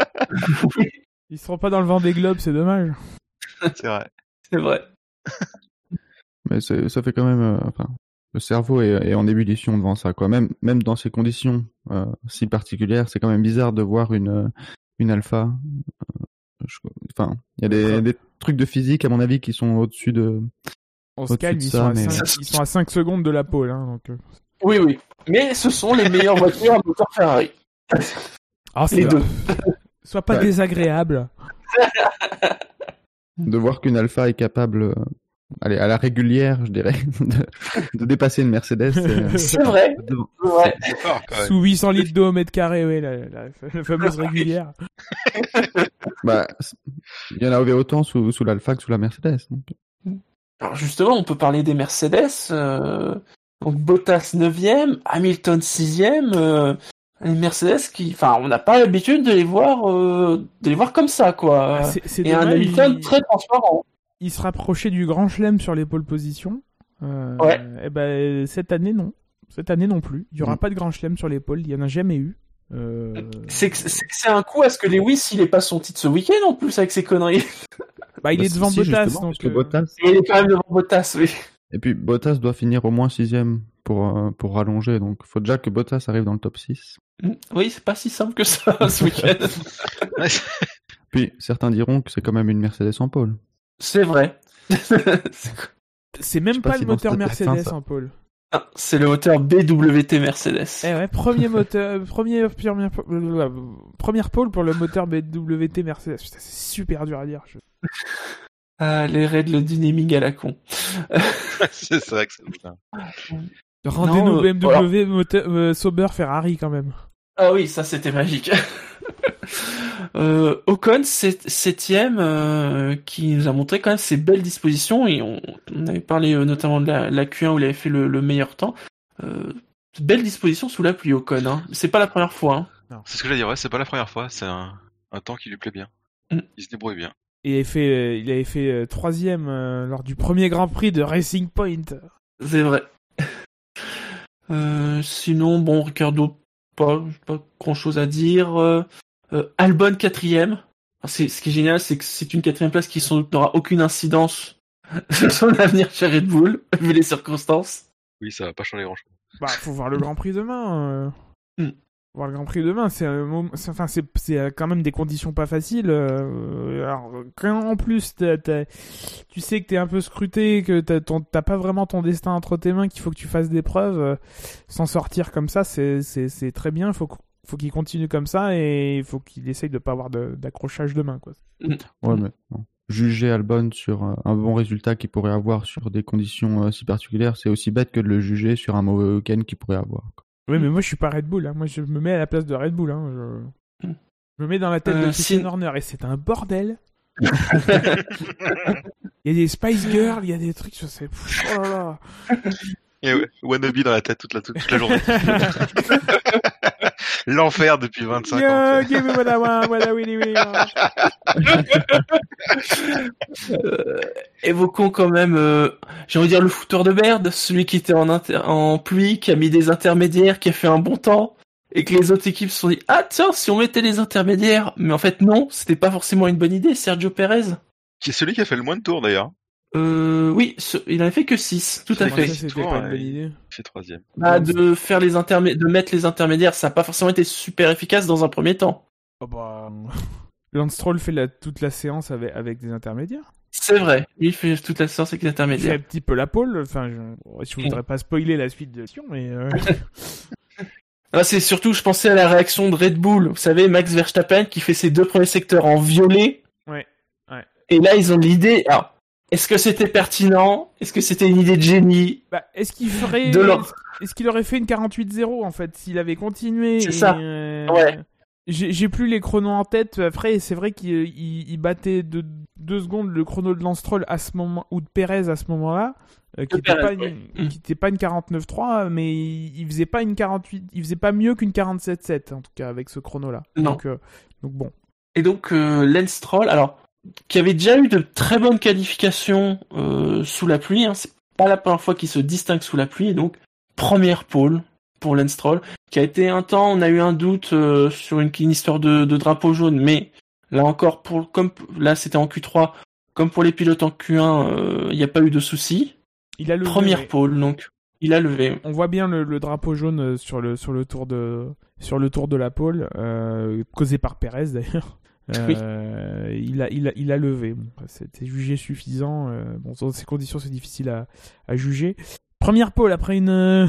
Ils seront pas dans le Vendée Globe, c'est dommage. C'est vrai. C'est vrai. Mais ça fait quand même... le cerveau est en ébullition devant ça, quoi. Même dans ces conditions si particulières, c'est quand même bizarre de voir une Alpha. Enfin, il y a des trucs de physique, à mon avis, qui sont au-dessus de... On se calme, ils sont à 5 secondes de la pole. Hein, donc... Oui. Mais ce sont les meilleures voitures à moteur Ferrari. Les deux. Sois pas désagréable. De voir qu'une Alpha est capable... Allez, à la régulière, je dirais, de dépasser une Mercedes. C'est vrai. Ouais. C'est fort, quand même. Sous 800 litres d'eau au mètre carré, oui, la fameuse régulière. Il y en avait autant sous l'Alpha que sous la Mercedes. Donc. Alors justement, on peut parler des Mercedes. Donc Bottas 9e, Hamilton 6e. Les Mercedes on n'a pas l'habitude de les voir comme ça, quoi. C'est et un Hamilton très transparent. Il se rapprochait du grand chelem sur les pole positions. Ouais. Et cette année, non. Cette année non plus. Il n'y aura pas de grand chelem sur les pôles. Il n'y en a jamais eu. C'est un coup à ce que Lewis, il ait pas son titre ce week-end en plus avec ses conneries. Il est devant Bottas. Donc, Bottas. Il est quand même devant Bottas, oui. Et puis Bottas doit finir au moins 6e pour rallonger. Donc, il faut déjà que Bottas arrive dans le top 6. Oui, c'est pas si simple que ça ce week-end. Puis, certains diront que c'est quand même une Mercedes en pôle. C'est vrai. C'est même pas le moteur Mercedes en pôle. Ah, c'est le moteur BWT Mercedes. Eh ouais, première pôle pour le moteur BWT Mercedes. Putain, c'est super dur à dire. Ah, les règles du naming à la con. C'est vrai que c'est ça. Rendez-nous BMW, moteur, Sauber, Ferrari quand même. Ah oui, ça c'était magique. Ocon, 7ème, qui nous a montré quand même ses belles dispositions, et on avait parlé notamment de la Q1 où il avait fait le meilleur temps. Belle disposition sous la pluie, Ocon. Hein. C'est pas la première fois. Hein. Non. C'est ce que j'allais dire, ouais, c'est pas la première fois, c'est un temps qui lui plaît bien. Il se débrouille bien. Et il avait fait 3ème lors du premier Grand Prix de Racing Point. C'est vrai. Sinon, bon, Ricciardo, pas grand chose à dire. Albon 4ème. Ce qui est génial, c'est que c'est une 4ème place qui n'aura aucune incidence sur son avenir chez Red Bull, vu les circonstances. Oui, ça va pas changer grand-chose. Bah, faut voir le Grand Prix demain. Voir le Grand Prix demain, c'est quand même des conditions pas faciles. Alors, quand en plus tu sais que t'es un peu scruté, que t'as pas vraiment ton destin entre tes mains, qu'il faut que tu fasses des preuves, s'en sortir comme ça, c'est très bien. Faut qu'il continue comme ça, et il faut qu'il essaye de pas avoir d'accrochage demain, quoi. Ouais, mais bon. Juger Albon sur un bon résultat qu'il pourrait avoir sur des conditions si particulières, c'est aussi bête que de le juger sur un mauvais week-end qu'il pourrait avoir, quoi. Oui, mais moi je suis pas Red Bull, hein. Moi je me mets à la place de Red Bull, hein. Je me mets dans la tête de Christian Horner, et c'est un bordel. Il y a des Spice Girls, il y a des trucs, je sais. Oh là là. Et ouais, wannabe dans la tête toute la journée. L'enfer depuis 25 ans. Évoquons quand même, j'ai envie de dire, le fouteur de merde, celui qui était en pluie, qui a mis des intermédiaires, qui a fait un bon temps, et que les autres équipes se sont dit, ah tiens, si on mettait les intermédiaires, mais en fait non, c'était pas forcément une bonne idée. Sergio Pérez, qui est celui qui a fait le moins de tours d'ailleurs. Oui, il en a fait que 6, tout à fait. Ça, c'était pas une bonne idée. Il fait 3ème. Bah, de mettre les intermédiaires, ça a pas forcément été super efficace dans un premier temps. Oh bah... Lance Stroll fait toute la séance avec des intermédiaires. C'est vrai, il fait toute la séance avec des intermédiaires. Il fait un petit peu la pole, enfin, je voudrais pas spoiler la suite de l'action, mais... Ah, c'est surtout, je pensais à la réaction de Red Bull. Vous savez, Max Verstappen qui fait ses 2 premiers secteurs en violet. Ouais. Et là, ils ont l'idée... Alors, est-ce que c'était pertinent ? Est-ce que c'était une idée de génie ? Bah, est-ce qu'il aurait fait une 48-0 en fait s'il avait continué? C'est ça. Ouais. J'ai plus les chronos en tête. Après, c'est vrai qu'il battait de 2 secondes le chrono de Lance Stroll à ce moment, ou de Perez à ce moment-là, qui était pas une 49-3, mais il faisait pas une 48, il faisait pas mieux qu'une 47-7 en tout cas avec ce chrono-là. Non. Donc bon. Et donc Lance Stroll, alors, qui avait déjà eu de très bonnes qualifications sous la pluie, hein, c'est pas la première fois qu'il se distingue sous la pluie, et donc première pole pour Lance Stroll, qui a été un temps, on a eu un doute sur une histoire de drapeau jaune, mais là encore, là c'était en Q3, comme pour les pilotes en Q1, il n'y a pas eu de soucis. Il a levé, première pole, donc il a levé. On voit bien le drapeau jaune sur le tour de la pole, causé par Perez d'ailleurs. Oui. Il a levé. Bon, c'était jugé suffisant. Bon, dans ces conditions, c'est difficile à juger. Première pole après un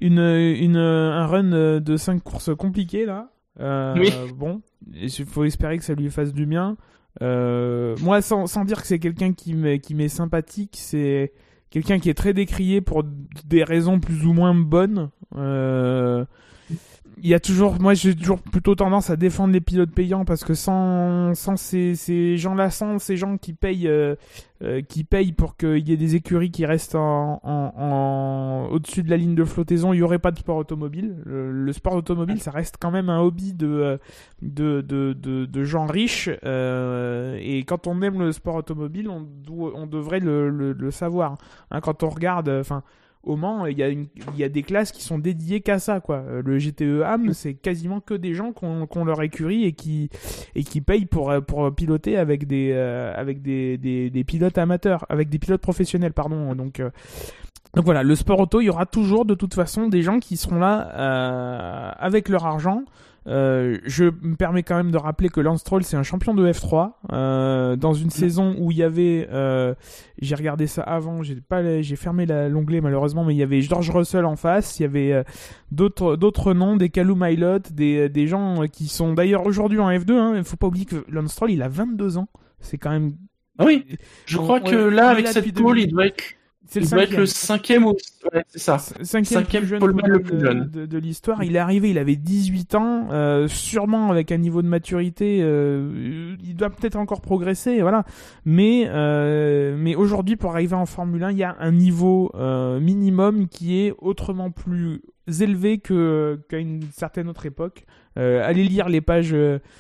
run de 5 courses compliquées là. Oui. Bon, il faut espérer que ça lui fasse du bien. Moi, sans dire que c'est quelqu'un qui m'est sympathique, c'est quelqu'un qui est très décrié pour des raisons plus ou moins bonnes. Il y a toujours, moi j'ai toujours plutôt tendance à défendre les pilotes payants, parce que sans ces gens-là, sans ces gens qui payent pour qu'il y ait des écuries qui restent au-dessus de la ligne de flottaison, il n'y aurait pas de sport automobile. Le sport automobile, ça reste quand même un hobby de gens riches, et quand on aime le sport automobile, on devrait le savoir. Hein, quand on regarde, enfin, au Mans, il y a des classes qui sont dédiées qu'à ça, quoi. Le GTE AM, c'est quasiment que des gens qui ont leur écurie et qui payent pour piloter avec des pilotes amateurs, avec des pilotes professionnels, pardon. Donc voilà, le sport auto, il y aura toujours de toute façon des gens qui seront là avec leur argent. Je me permets quand même de rappeler que Lance Stroll c'est un champion de F3 dans une saison où il y avait j'ai regardé ça avant, j'ai fermé l'onglet malheureusement, mais il y avait George Russell en face, il y avait d'autres noms, des Callum Ilott, des gens qui sont d'ailleurs aujourd'hui en F2 hein. Il faut pas oublier que Lance Stroll il a 22 ans, c'est quand même oui, je crois que là avec cette pole il doit être le cinquième ou ouais, c'est ça. Cinquième poleman le plus jeune de l'histoire. Il est arrivé, il avait 18 ans, sûrement avec un niveau de maturité, il doit peut-être encore progresser, voilà. Mais aujourd'hui, pour arriver en Formule 1, il y a un niveau minimum qui est autrement plus élevé qu'à une certaine autre époque. Allez lire les pages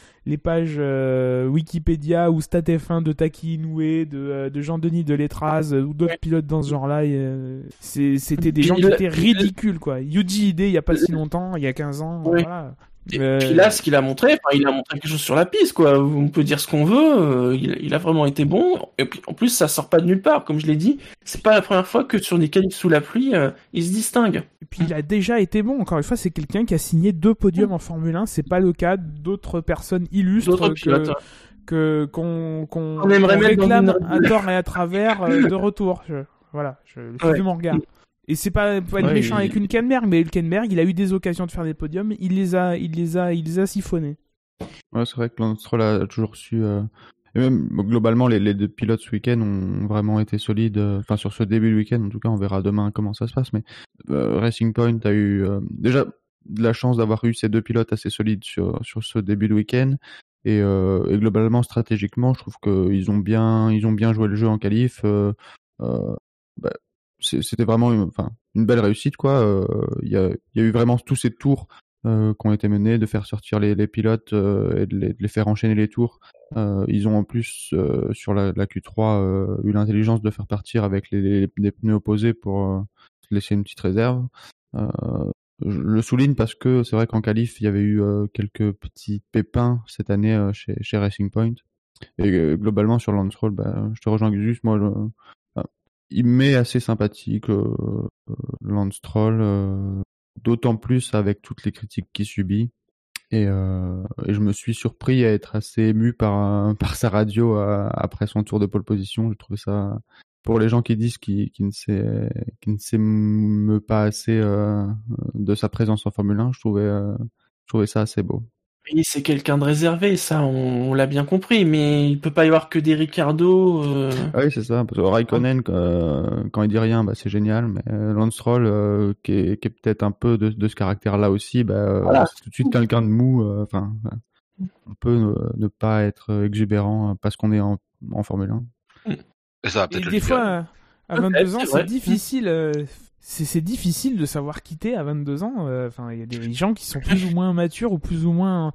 Wikipédia ou StatF1 de Taki Inoue, de Jean-Denis Delétraz ou d'autres pilotes dans ce genre-là. C'était des gens qui étaient ridicules, quoi. Yuji Ide, il y a pas si longtemps, il y a 15 ans, oui. voilà. Et puis là, ce qu'il a montré, il a montré quelque chose sur la piste, quoi. On peut dire ce qu'on veut, il a vraiment été bon. Et puis, en plus, ça sort pas de nulle part, comme je l'ai dit. C'est pas la première fois que sur des qualifs sous la pluie, il se distingue. Et puis, il a déjà été bon. Encore une fois, c'est quelqu'un qui a signé 2 podiums en Formule 1. C'est pas le cas d'autres personnes illustres qu'on réclame à tort et à travers de retour. Voilà, je suis de mon regard. Et c'est pas être méchant avec Hülkenberg, mais Hülkenberg, il a eu des occasions de faire des podiums, il les a siphonnés. Ouais, c'est vrai que Lance Stroll a toujours su. Et même globalement, les deux pilotes ce week-end ont vraiment été solides. Enfin, sur ce début de week-end, en tout cas, on verra demain comment ça se passe. Mais Racing Point a eu déjà de la chance d'avoir eu ces 2 pilotes assez solides sur ce début de week-end. Et globalement, stratégiquement, je trouve qu'ils ont bien joué le jeu en qualif. C'était vraiment une belle réussite, quoi. Il y a eu vraiment tous ces tours qui ont été menés, de faire sortir les pilotes et de les faire enchaîner les tours. Ils ont en plus sur la Q3 eu l'intelligence de faire partir avec les pneus opposés pour laisser une petite réserve. Je le souligne parce que c'est vrai qu'en qualif il y avait eu quelques petits pépins cette année chez Racing Point. Et globalement sur Lance Stroll, je te rejoins Gus, moi il m'est assez sympathique, Lance Stroll, d'autant plus avec toutes les critiques qu'il subit. Et je me suis surpris à être assez ému par sa radio après son tour de pole position. Je trouvais ça, pour les gens qui disent qu'il ne s'émeut pas assez de sa présence en Formule 1, je trouvais ça assez beau. Oui, c'est quelqu'un de réservé, ça, on l'a bien compris, mais il peut pas y avoir que des Ricciardo. Ah oui, c'est ça. Parce que Raikkonen, quand il dit rien, c'est génial, mais Lance Stroll, qui est peut-être un peu de ce caractère-là aussi, voilà. C'est tout de suite quelqu'un de mou. On peut ne pas être exubérant parce qu'on est en Formule 1. Et ça va peut-être et des fois, à 22 ans, c'est difficile. C'est difficile de savoir quitter à 22 ans. Il y a des gens qui sont plus ou moins matures ou plus ou moins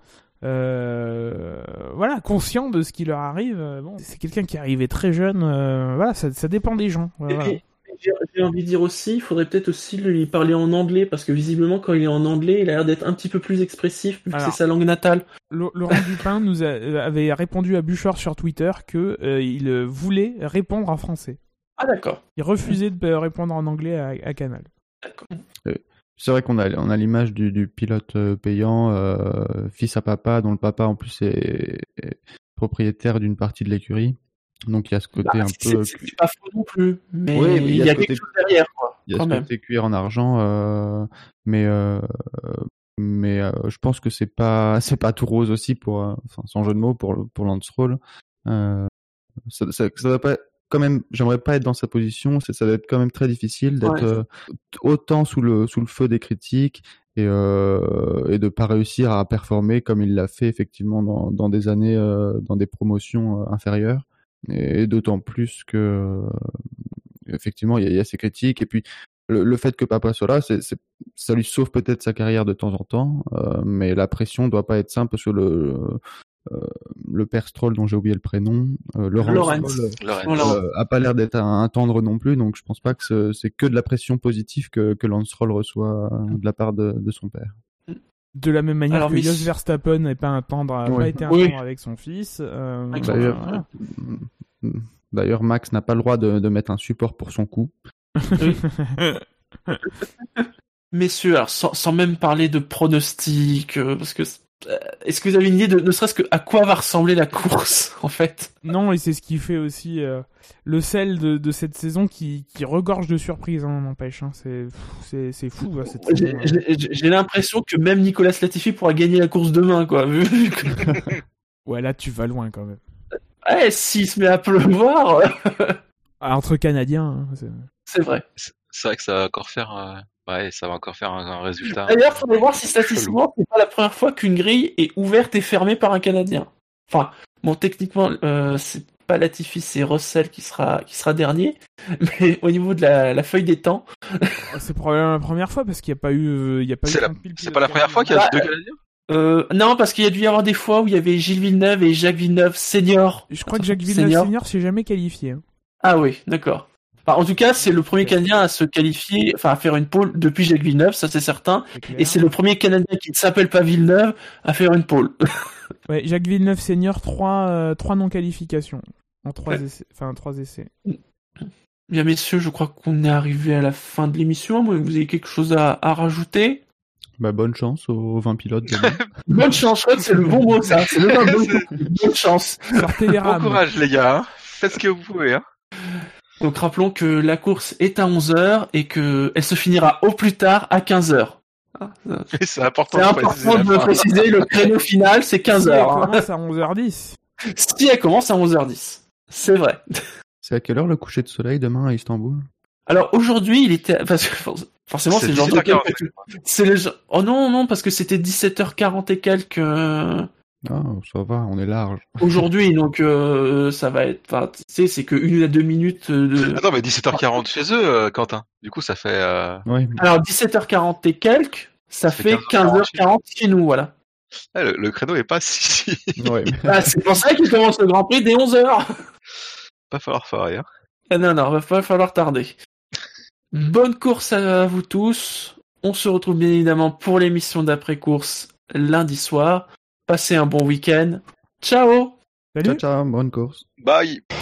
conscients de ce qui leur arrive. C'est quelqu'un qui est arrivé très jeune. Ça dépend des gens. Voilà. J'ai envie de dire aussi, il faudrait peut-être aussi lui parler en anglais, parce que visiblement, quand il est en anglais, il a l'air d'être un petit peu plus expressif, vu que c'est sa langue natale. Laurent Dupin avait répondu à Buchor sur Twitter qu'il voulait répondre en français. Ah d'accord. Il refusait de répondre en anglais à Canal. D'accord. C'est vrai qu'on a l'image du pilote payant, fils à papa, dont le papa en plus est propriétaire d'une partie de l'écurie. Donc il y a ce côté un peu. C'est pas faux non plus, mais il y a quelque chose derrière, quoi. Il y a ce côté cuir en argent, mais je pense que c'est pas tout rose aussi sans jeu de mots pour Lance Stroll. Ça va pas. Quand même, j'aimerais pas être dans sa position. Ça va être quand même très difficile d'être autant sous le feu des critiques et de pas réussir à performer comme il l'a fait effectivement dans des années, dans des promotions inférieures. Et d'autant plus que effectivement il y a ces critiques, et puis le fait que papa soit là, ça lui sauve peut-être sa carrière de temps en temps, mais la pression doit pas être simple, parce que le le père Stroll dont j'ai oublié le prénom, Lawrence Stroll, a pas l'air d'être un tendre non plus, donc je pense pas que c'est que de la pression positive que Lance Stroll reçoit de la part de son père. De la même manière que Jos Verstappen n'est pas un tendre, pas été un tendre avec son fils. D'ailleurs, Max n'a pas le droit de mettre un support pour son cou. Messieurs, alors sans même parler de pronostics, parce que est-ce que vous avez une idée de ne serait-ce que à quoi va ressembler la course en fait? Non, et c'est ce qui fait aussi le sel de cette saison qui regorge de surprises, hein, n'empêche. Hein. C'est fou. Hein, cette saison, j'ai l'impression que même Nicolas Latifi pourra gagner la course demain, quoi. Ouais, là tu vas loin quand même. Ouais, s'il se met à pleuvoir. Entre Canadiens, hein, c'est vrai. C'est vrai que ça va encore faire. Ouais, ça va encore faire un résultat. D'ailleurs, faudrait voir si statistiquement, c'est pas la première fois qu'une grille est ouverte et fermée par un Canadien. Enfin, bon, techniquement, c'est pas Latifi, c'est Russell qui sera dernier. Mais au niveau de la feuille des temps. C'est probablement la première fois parce qu'il n'y a pas eu. C'est pas la première fois qu'il y a deux Canadiens? Non, parce qu'il y a dû y avoir des fois où il y avait Gilles Villeneuve et Jacques Villeneuve senior. Je crois que Jacques Villeneuve senior s'est jamais qualifié. Hein. Ah oui, d'accord. Enfin, en tout cas, c'est le premier Canadien à se qualifier, enfin à faire une pole depuis Jacques Villeneuve, ça c'est certain. Et c'est le premier Canadien qui ne s'appelle pas Villeneuve à faire une pole. Ouais, Jacques Villeneuve senior, 3 non-qualifications en 3 essais. Bien messieurs, je crois qu'on est arrivé à la fin de l'émission. Vous avez quelque chose à rajouter? Bah, bonne chance aux 20 pilotes. Bonne chance, je crois que c'est le bon mot, ça. C'est le bonne chance. Sortez les rames. Bon courage, les gars. Hein. Faites ce que vous pouvez. Hein. Donc, rappelons que la course est à 11h et que elle se finira au plus tard à 15h. C'est important, de préciser le créneau final, c'est 15h. Si elle commence à 11h10. Si elle commence à 11h10. C'est vrai. C'est à quelle heure le coucher de soleil demain à Istanbul? Alors aujourd'hui, il était parce que forcément c'est le genre de c'est le genre... Oh non parce que c'était 17h40 et quelques. Ah, ça va, on est large. Aujourd'hui, donc ça va être. Enfin, tu sais, c'est que 1 à 2 minutes. Attends, mais 17h40 chez eux, Quentin. Du coup, ça fait. Ouais. Alors 17h40 et quelques, ça fait 15h40 chez nous, voilà. Ah, le créneau est pas si. Ouais. Ah, c'est pour ça qu'il commence le Grand Prix dès 11h. Pas falloir faire rien. Ah, non, va pas falloir tarder. Bonne course à vous tous. On se retrouve bien évidemment pour l'émission d'après-course lundi soir. Passez un bon week-end. Ciao. Salut. Ciao, bonne course. Bye.